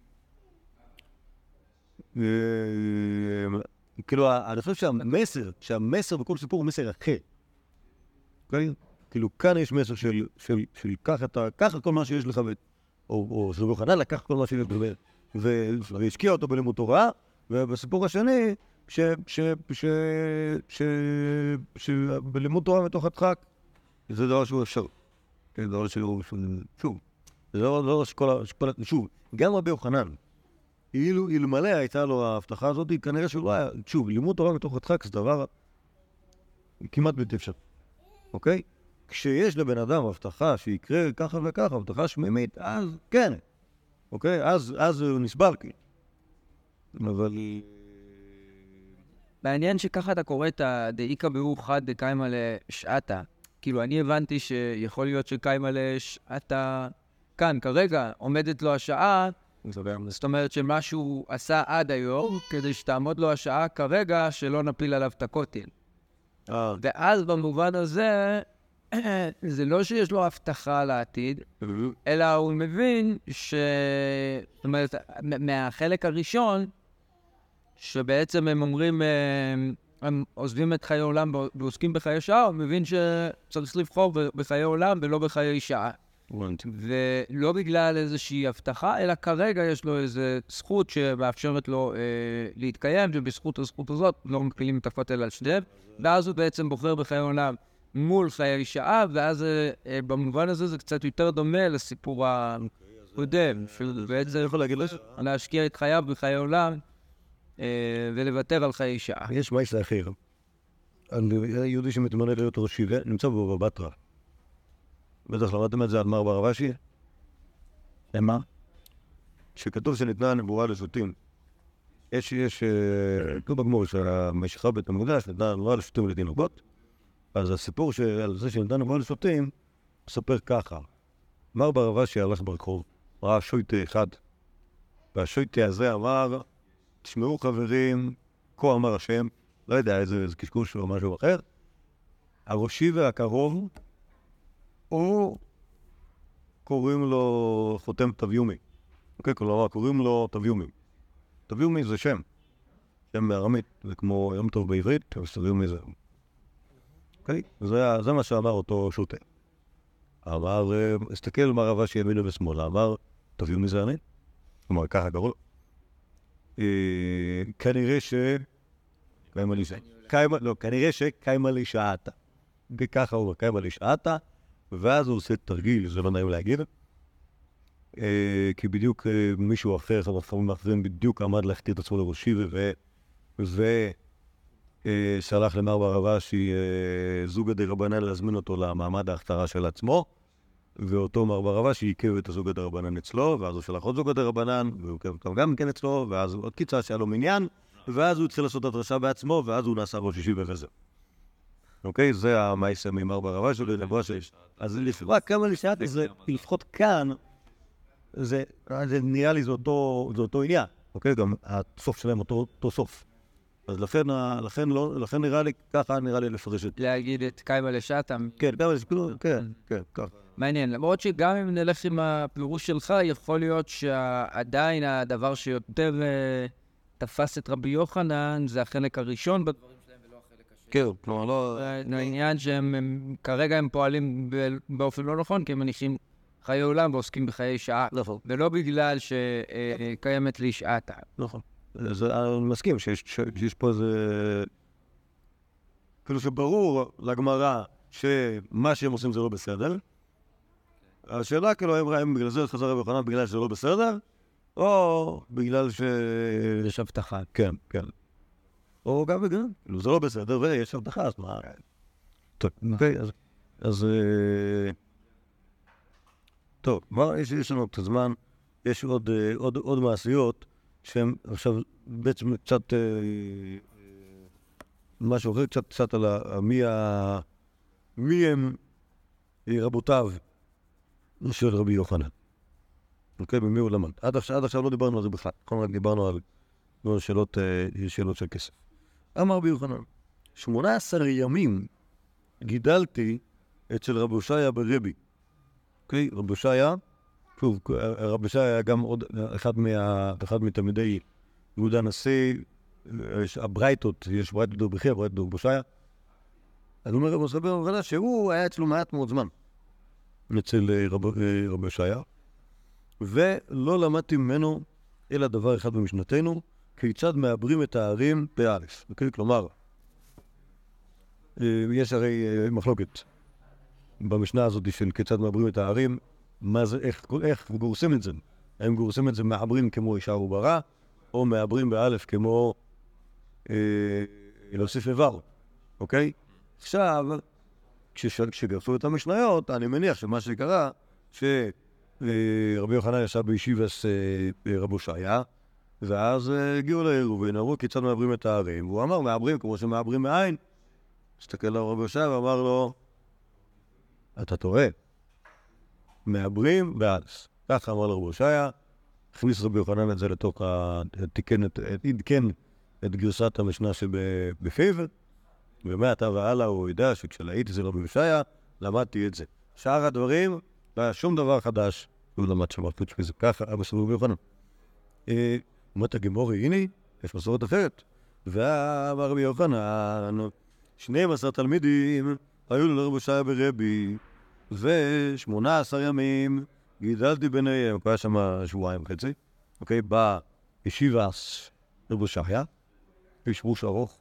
כאילו, אני חושב שהמסר, שהמסר בכל סיפור הוא מסר אחר. אוקיי? כאילו, כאן יש מסר של, של, של קח את ה... קח את כל מה שיש לך, או, או שרבי יוחנן לקח כל מה שיש לך, והשקיע אותו בלימוד תורה, ובסיפור השני, ש... ש... ש... ש... שבלימוד תורה מתוך הדחק, זה דבר שהוא אפשר. כן, זה דבר שהוא... שוב, זה דבר שכל... שוב, גם רבי יוחנן, אילו, אלמלא הייתה לו ההבטחה הזאת, כנראה שהוא לא היה... שוב, לימוד תורה מתוך הדחק זה דבר כמעט בלתי אפשר. אוקיי? כשיש לבן אדם הבטחה שיקרה ככה וככה, הבטחה שמימית, אז כן. אוקיי? אז, אז הוא נסבל, כאילו. אבל... מעניין שככה אתה קורא את הדאיקה ברוך חד דקיימה לשעתה. כאילו, אני הבנתי שיכול להיות שקיימה לשעתה כאן, כרגע, עומדת לו השעה, זאת אומרת שמה שהוא עשה עד היום, כדי שתעמוד לו השעה כרגע, שלא נפיל עליו את הכותל. ואז במובן הזה, זה לא שיש לו הבטחה לעתיד, אלא הוא מבין ש... זאת אומרת, מהחלק הראשון, שבעצם הם אומרים, הם עוזבים את חיי עולם ועוסקים בחיי שעה, הוא מבין שצריך לבחור בחיי עולם ולא בחיי שעה. ולא בגלל איזושהי הבטחה, אלא כרגע יש לו איזו זכות שמאפשרת לו אה, להתקיים, ובזכות הזכות הזאת לא מפילים את הכותל על שניהם, ואז הוא בעצם בוחר בחיי עולם מול חיי שעה, ואז אה, במובן הזה זה קצת יותר דומה לסיפור הקודם, שבעצם יכול להגיד להשקיע את חייו בחיי עולם אה, ולוותר על חיי שעה. יש מייסה אחר, יהודי שמתמנה להיות ראש שיבה, נמצא בו בבטרה. בטח למדתם את זה על מר ברבשי? למה? שכתוב שניתנה הנבואה לשוטים. יש, יש, כתוב בגמור שהמשיכה בית המקדש ניתנה הנבואה לשוטים ולתינוקות. אז הסיפור על זה שניתנה הנבואה לשוטים, מספר ככה. מר ברבשי הלך ברחוב, ראה שוטה אחד. והשוטה הזה אמר, תשמעו חברים, כה אמר השם, לא יודע איזה קשקוש או משהו אחר. הראשי והקרוב, או קוראים לו חותם תביומי. אוקיי, כלומר, קוראים לו תביומי. תביומי זה שם. שם בארמית. זה כמו יום טוב בעברית, אבל תביומי זה... אוקיי? זה, זה מה שאמר אותו שוטה. אמר, הסתכל מה רבה שימינו ושמאלה, אמר, תביומי זה אני? כלומר, ככה קראו לו. כנראה ש... קיימה לי שעתה. לא, כנראה שקיימה לי שעתה. וככה הוא אומר, קיימה לי שעתה. ואז הוא עושה תרגיל, זה לא נעים להגיד, אה, כי בדיוק אה, מישהו אחר, אחד החכמים האחרים, בדיוק עמד להכתיר את עצמו לראשי, ושלח למר ברבשי אה, זוגא דרבנן להזמין אותו למעמד ההכתרה של עצמו, ואותו מר ברבשי עיכב את הזוגא דרבנן אצלו, ואז הוא שלח עוד זוגא דרבנן, והוא עיכב אותם גם כן אצלו, ואז עוד קיצה שהיה לו מניין, ואז הוא התחיל לעשות הדרשה בעצמו, ואז הוא נעשה ראש ישיבה וזה. אוקיי? זה המייסה ממר ברבשי, אז לפחות כמה לשעת, זה לפחות כאן, זה נראה לי זה אותו עניין, אוקיי? גם הסוף שלהם אותו סוף. אז לכן נראה לי, ככה נראה לי לפרש את... להגיד את קיימה לשעתה. כן, קיימה לשעתה, כן, כן, ככה. מעניין, למרות שגם אם נלך עם הפירוש שלך, יכול להיות שעדיין הדבר שיותר תפס את רבי יוחנן, זה החלק הראשון בדברים. כן, כלומר לא... העניין שהם, כרגע הם פועלים באופן לא נכון, כי הם מניחים חיי עולם ועוסקים בחיי שעה. נכון. ולא בגלל שקיימת לי שעתה. נכון. אז אני מסכים שיש פה איזה... כאילו שברור לגמרא שמה שהם עושים זה לא בסדר, השאלה כאילו, האם הם בגלל זה חזר רבי יוחנן בגלל שזה לא בסדר, או בגלל ש... יש הבטחה. כן, כן. או גם וגם, כאילו זה לא בסדר, ויש הבטחה, אז מה... טוב, אוקיי, אז... אז... טוב, מה, יש, יש לנו קצת זמן, יש עוד, עוד, עוד מעשיות שהן עכשיו בעצם קצת... משהו אחר, קצת, קצת על ה... מי ה... מי הם רבותיו של רבי יוחנן. אוקיי, במי הוא למד. עד עכשיו, עד עכשיו לא דיברנו על זה בכלל. נכון, רק דיברנו על שאלות, שאלות של כסף. אמר רבי יוחנן, שמונה עשר ימים גידלתי אצל רבי הושעיה ברבי. אוקיי, רבי הושעיה, שוב, רבי הושעיה היה גם עוד אחד, מה, אחד מתלמידי יהודה הנשיא, הברייתות, יש ברייתות דרבחי, הברייתות דרבי הושעיה. אז הוא אומר רבי הושעיה שהוא היה אצלו מעט מאוד זמן אצל רבי הושעיה, ולא למדתי ממנו אלא דבר אחד במשנתנו, כיצד מעברים את הערים באלף. אוקיי? כלומר, יש הרי מחלוקת במשנה הזאת של כיצד מעברים את הערים, מה זה, איך, איך גורסים את זה? האם גורסים את זה מעברים כמו אישה וברא, או מעברים באלף כמו אה, להוסיף איבר, אוקיי? עכשיו, כשגרסו את המשניות, אני מניח שמה שקרה, שרבי יוחנן ישב בישיבת רבי הושעיה, ואז הגיעו לעיר ונראו כיצד מעברים את הערים, והוא אמר, מעברים כמו שמעברים מעין. הסתכל על רבי הושעיה ואמר לו, אתה טועה, מעברים באלף. ככה אמר לרבי הושעיה, הכניס רבי יוחנן את זה לתוך ה... תיקן את... עדכן את גרסת המשנה שבפיו, ומעתה והלאה הוא יודע שכשהייתי אצל רבי הושעיה, למדתי את זה. שאר הדברים, לא היה שום דבר חדש, הוא למד שם חוץ מזה. ככה אבא של רבי יוחנן. אומרת הגמורי, הנה, יש מסורת אחרת. ואמר רבי יוחנן, שנים עשר תלמידים היו לרבי הושעיה ברבי, ושמונה עשר ימים גידלתי ביניהם, היה שם שבועיים וחצי, אוקיי, בישיבת רבי הושעיה, ישבוש ארוך,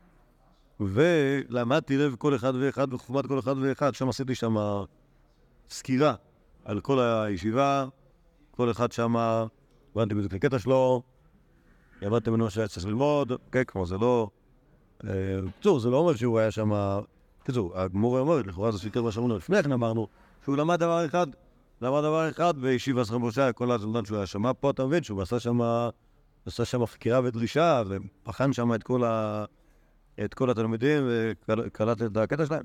ולמדתי לב כל אחד ואחד וחוכמת כל אחד ואחד, שם עשיתי שם סקירה על כל הישיבה, כל אחד שם, הבנתי בדיוק לקטע שלו, למדתי ממנו שהיה צריך ללמוד, אוקיי, כמו זה לא... בקיצור, זה לא אומר שהוא היה שם... בקיצור, הגמורה אומרת, לכאורה זה שיקר מה שאמרנו לפני כן אמרנו, שהוא למד דבר אחד, למד דבר אחד בישיבת רבי הושעיה, כל הזמן שהוא היה שם, פה אתה מבין שהוא עשה שם, עשה שם חקירה ודרישה, ובחן שם את כל ה... את כל התלמידים וקלט את הקטע שלהם.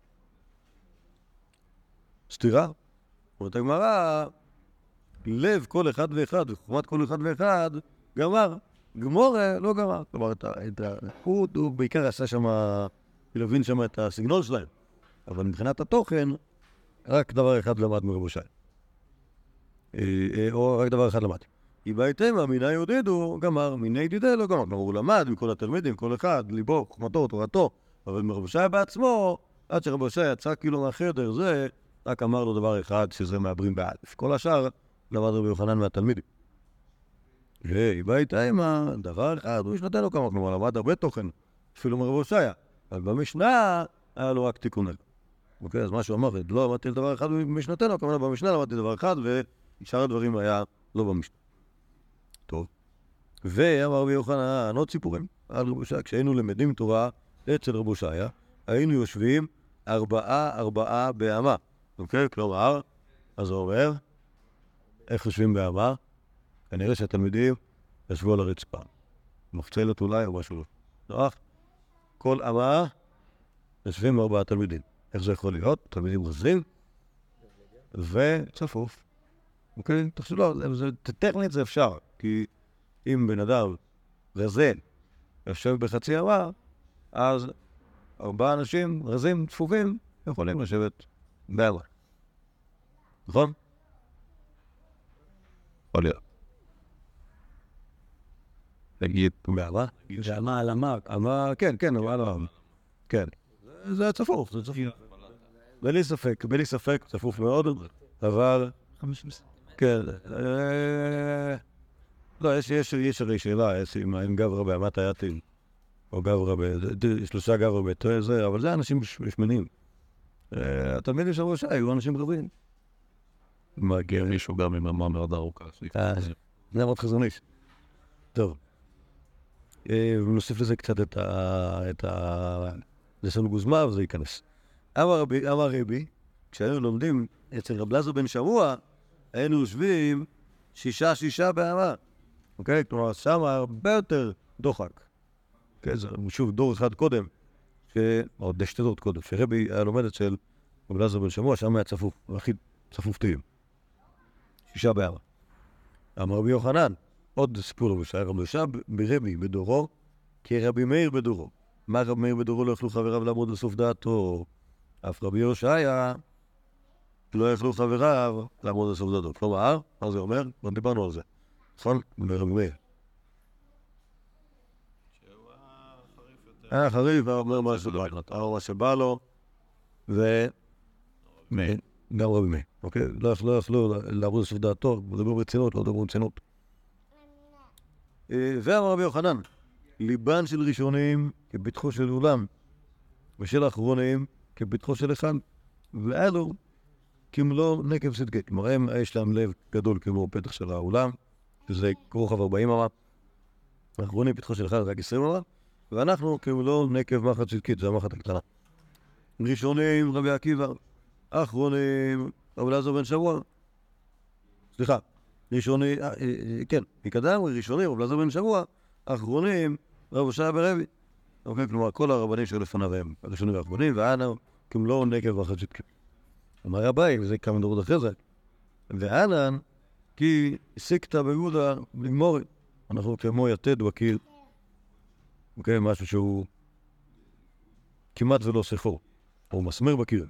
סתירה. אומרת הגמרא, לב כל אחד ואחד וחוכמת כל אחד ואחד גמר. גמורה לא גמר. כלומר, הוא, הוא בעיקר עשה שם, להבין שם את הסגנון שלהם. אבל מבחינת התוכן, רק דבר אחד למד מרבי הושעיה. או רק דבר אחד למד. היא בהתאמה, מינה יהודידו, גמר, מינה ידידה לא גמר. כלומר, הוא למד מכל התלמידים, כל אחד, ליבו, חוכמתו, תורתו, אבל מרבי הושעיה בעצמו, עד שרבי הושעיה יצא כאילו מהחדר, זה רק אמר לו דבר אחד, שזה מעברים באלף. כל השאר למד רבי יוחנן מהתלמידים. והיא בהתאמה, דבר אחד, הוא משנתן לו כמה, כלומר, למד הרבה תוכן, אפילו מרבי הושעיה. אבל במשנה, היה לו רק תיקון אל. אוקיי, אז מה שהוא אמר, לא למדתי דבר אחד במשנתן לו, כלומר, במשנה למדתי דבר אחד, ושאר הדברים היה לא במשנה. טוב. ואמר רבי יוחנן, עוד סיפורים על רבי הושעיה. כשהיינו למדים תורה אצל רבי הושעיה, היינו יושבים ארבעה ארבעה באמה. אוקיי? כלומר, אז הוא אומר, איך יושבים באמה? כנראה שהתלמידים ישבו על הרצפה. מפצלת אולי או משהו. נוח? כל אמה יושבים ארבעה תלמידים. איך זה יכול להיות? תלמידים רזים וצפוף. אוקיי? תחשבו, לא, טכנית זה אפשר. כי אם בן אדם רזה יושב בחצי אמה, אז ארבעה אנשים רזים, צפופים, יכולים לשבת באמה. נכון? יכול להיות. תגיד, באמה? זה אמה על אמה. אמה, כן, כן, אמה על אמה. כן. זה צפוף, זה צפוף. בלי ספק, בלי ספק, צפוף מאוד, אבל... כן. לא, יש הרי שאלה, אם גברא באמת היתים, או גברא ב... שלושה גברא בתואר זה, אבל זה אנשים שמנים. התלמידים של רבי הושעיה היו אנשים רבים. מגיע מישהו גם עם רמה מאוד ארוכה. זה מאוד חזון איש. טוב. ונוסיף לזה קצת את ה... לסון גוזמה, וזה ייכנס. אמר רבי, אמר רבי, כשהיינו לומדים אצל רב אלעזר בן שמוע, היינו יושבים שישה שישה באמה. אוקיי? כלומר, שם הרבה יותר דוחק. אוקיי? זה שוב דור אחד קודם, או שתי דורות קודם, שרבי היה לומד אצל רב אלעזר בן שמוע, שם היה צפוף, הכי צפוף תהים. שישה באמה. אמר רבי יוחנן, עוד סיפור לו בשעה, רבי יושב ברבי בדורו, כרבי מאיר בדורו. מה רבי מאיר בדורו לא יכלו חבריו לעמוד לסוף דעתו? אף רבי יושעיה לא יכלו חבריו לעמוד לסוף דעתו. כלומר, מה זה אומר? לא דיברנו על זה. נכון? רבי מאיר. היה חריף, היה אומר מה שבא לו, ו... גם רבי מאיר. אוקיי? לא יכלו לעמוד לסוף דעתו, מדבר ברצינות, לא מדבר ברצינות. ואמר רבי יוחנן, ליבן של ראשונים כפתחו של אולם, ושל האחרונים כפתחו של אחד, ואלו כמלוא נקב צדקי. כלומר, הם יש להם לב גדול כמו פתח של האולם, שזה כרוחב ארבעים אמה, האחרונים פתחו של אחד רק עשרים אמה, ואנחנו כמלוא נקב מחט צדקית, זה המחט הקטנה. ראשונים רבי עקיבא, האחרונים רבי אלעזר בן שמוע, סליחה, ראשוני, כן, מקדם, ראשונים, רבי אלעזר בן שמוע, האחרונים, רב הושעיה ברבי. אוקיי, כלומר, כל הרבנים שלפניו הם הראשונים והאחרונים, ואנו כמלוא נקב מחט צדקית. אמר רבי, וזה כמה דורות אחרי זה, ואנן, כי הסיקת ביהודה לגמורי. אנחנו כמו יתד בקיר, אוקיי, משהו שהוא כמעט ולא סחור, או מסמר בקיר.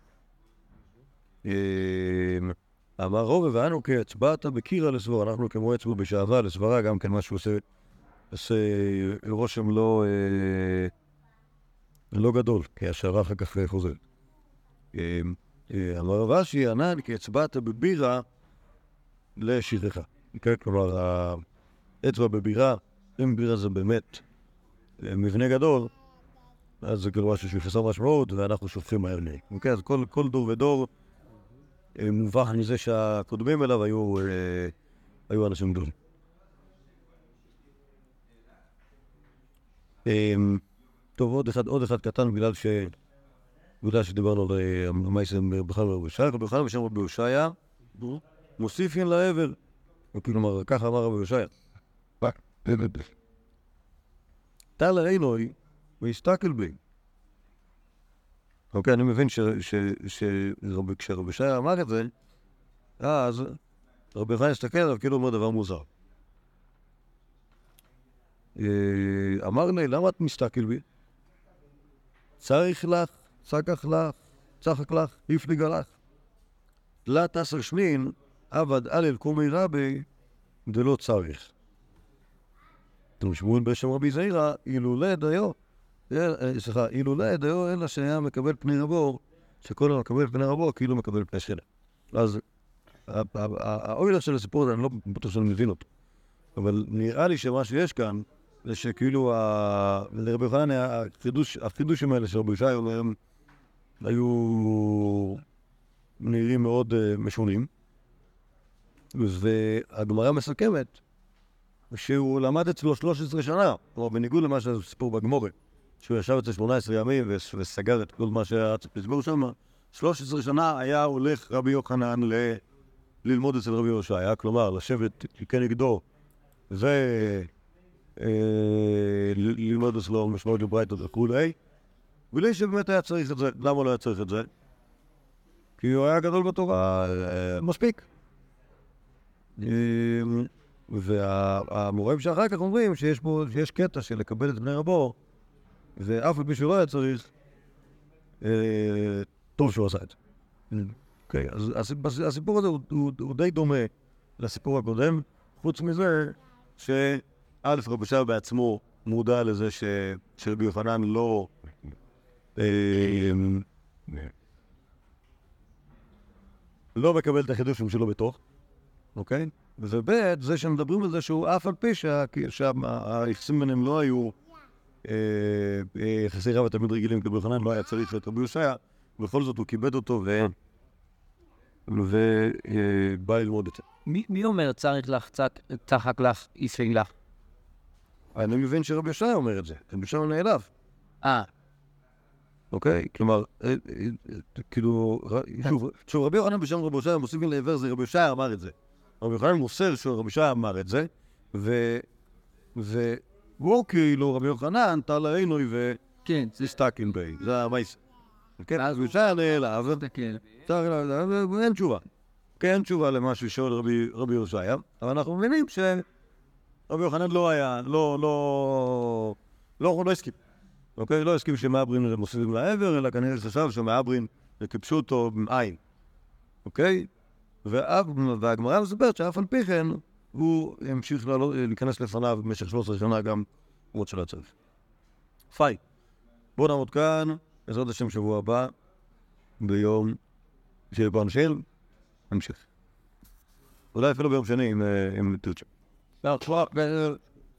אמר רובה, ואנו כהצבעת בקירה לסבור, אנחנו כמו אצבע בשעבה לסברה, גם כן משהו עושה, עושה רושם לא, לא גדול, כי השערה אחר כך חוזר. אמר רב אשי, ענן כהצבעת בבירה לשירך. כלומר, האצבע בבירה, אם בירה זה באמת מבנה גדול, אז זה כאילו משהו שחסר משמעות, ואנחנו שופכים מהר לי. אוקיי, אז כל, כל דור ודור מובח מזה שהקודמים אליו היו, היו אנשים גדולים. טוב, עוד אחד, עוד אחד קטן, בגלל ש... בגלל שדיברנו על המייסים בכלל רבי יושעיה, בכלל בשם רבי יושעיה, מוסיפין לעבר. כלומר, ככה אמר רבי יושעיה. תל עינוי והסתכל בי. אוקיי, אני מבין שכשרבי יושעיה אמר את זה, אז רבי יוחנן הסתכל עליו כאילו אומר דבר מוזר. אמר לי, למה את מסתכל בי? צריך לך, צחק לך, צחק לך, הפליג לך. לא תסר שמין, עבד אלל קומי רבי, דלא צריך. אתם שמועים בשם רבי זעירא, אילולא דיו, סליחה, אילולא דיו, אלא שהיה מקבל פני רבו, שכל המקבל פני רבו, כאילו מקבל פני שכנה. אז האוילך של הסיפור הזה, אני לא בטוח שאני מבין אותו. אבל נראה לי שמה שיש כאן, זה שכאילו, לרבי יוחנן, החידושים האלה של רבי יושעיה, הם היו נראים מאוד משונים. והגמרא מסכמת, שהוא למד אצלו שלוש עשרה שנה, כלומר, בניגוד למה שזה סיפור בגמורה, שהוא ישב אצל שמונה עשרה ימים וסגר את כל מה שהיה לסבור שם, שלוש עשרה שנה היה הולך רבי יוחנן ל... ללמוד אצל רבי יושעיה, כלומר, לשבת כנגדו וללמוד אצלו משמעות לברייתות וכולי, בלי שבאמת היה צריך את זה. למה לא היה צריך את זה? כי הוא היה גדול בתורה מספיק. והמוראים שאחר כך אומרים שיש פה, שיש קטע של לקבל את בני רבו, ואף על פי שהוא לא היה צריך, טוב שהוא עשה את זה. אוקיי, אז הסיפור הזה הוא די דומה לסיפור הקודם, חוץ מזה שא' רבי יושעיה בעצמו מודע לזה שרבי יוחנן לא לא מקבל את החידושים שלו בתוך, אוקיי? וב' זה שמדברים על זה שהוא אף על פי שהיחסים ביניהם לא היו יחסי רב ותלמיד רגילים, כי רבי יוחנן לא היה צריך את רבי יושעיה, ובכל זאת הוא כיבד אותו ו... ובא ללמוד את זה. מי מי אומר צריך לך קצת צחק לך יפהי לך? אני מבין שרבי יושע אומר את זה, רבי יושע נעלב. אה, אוקיי? כלומר, אה, אה, אה, כאילו, ר- שוב, שוב, רבי יוחנן בשם רבי יושע מוסיפים לעבר זה, רבי יושע אמר את זה. רבי יוחנן מוסר שרבי יושע אמר את זה, ו... והוא כאילו, רבי יוחנן, טל עינוי כן, זה וסטקין בי, זה המייס. כן, אז רבי יושע נעלב, כן. אין תשובה. כן, אין תשובה למה ששואל רבי, רבי יושע, אבל אנחנו מבינים שרבי יוחנן לא היה, לא, לא, לא, לא הסכים. אוקיי? לא הסכים שמעברין מוסיפים לעבר, אלא כנראה חשב שמעברין קיפשו אותו בעין. אוקיי? ואף- והגמרא מספרת שאף על פי כן, הוא המשיך לעלות- להיכנס לפניו במשך שלוש עשרה שנה גם עוד של הצריף. פיי. בואו נעמוד כאן, בעזרת השם שבוע הבא, ביום שיהיה פה אנשים, נמשיך. אולי אפילו ביום שני, אם, אה, אם תרצה. לא, כבר,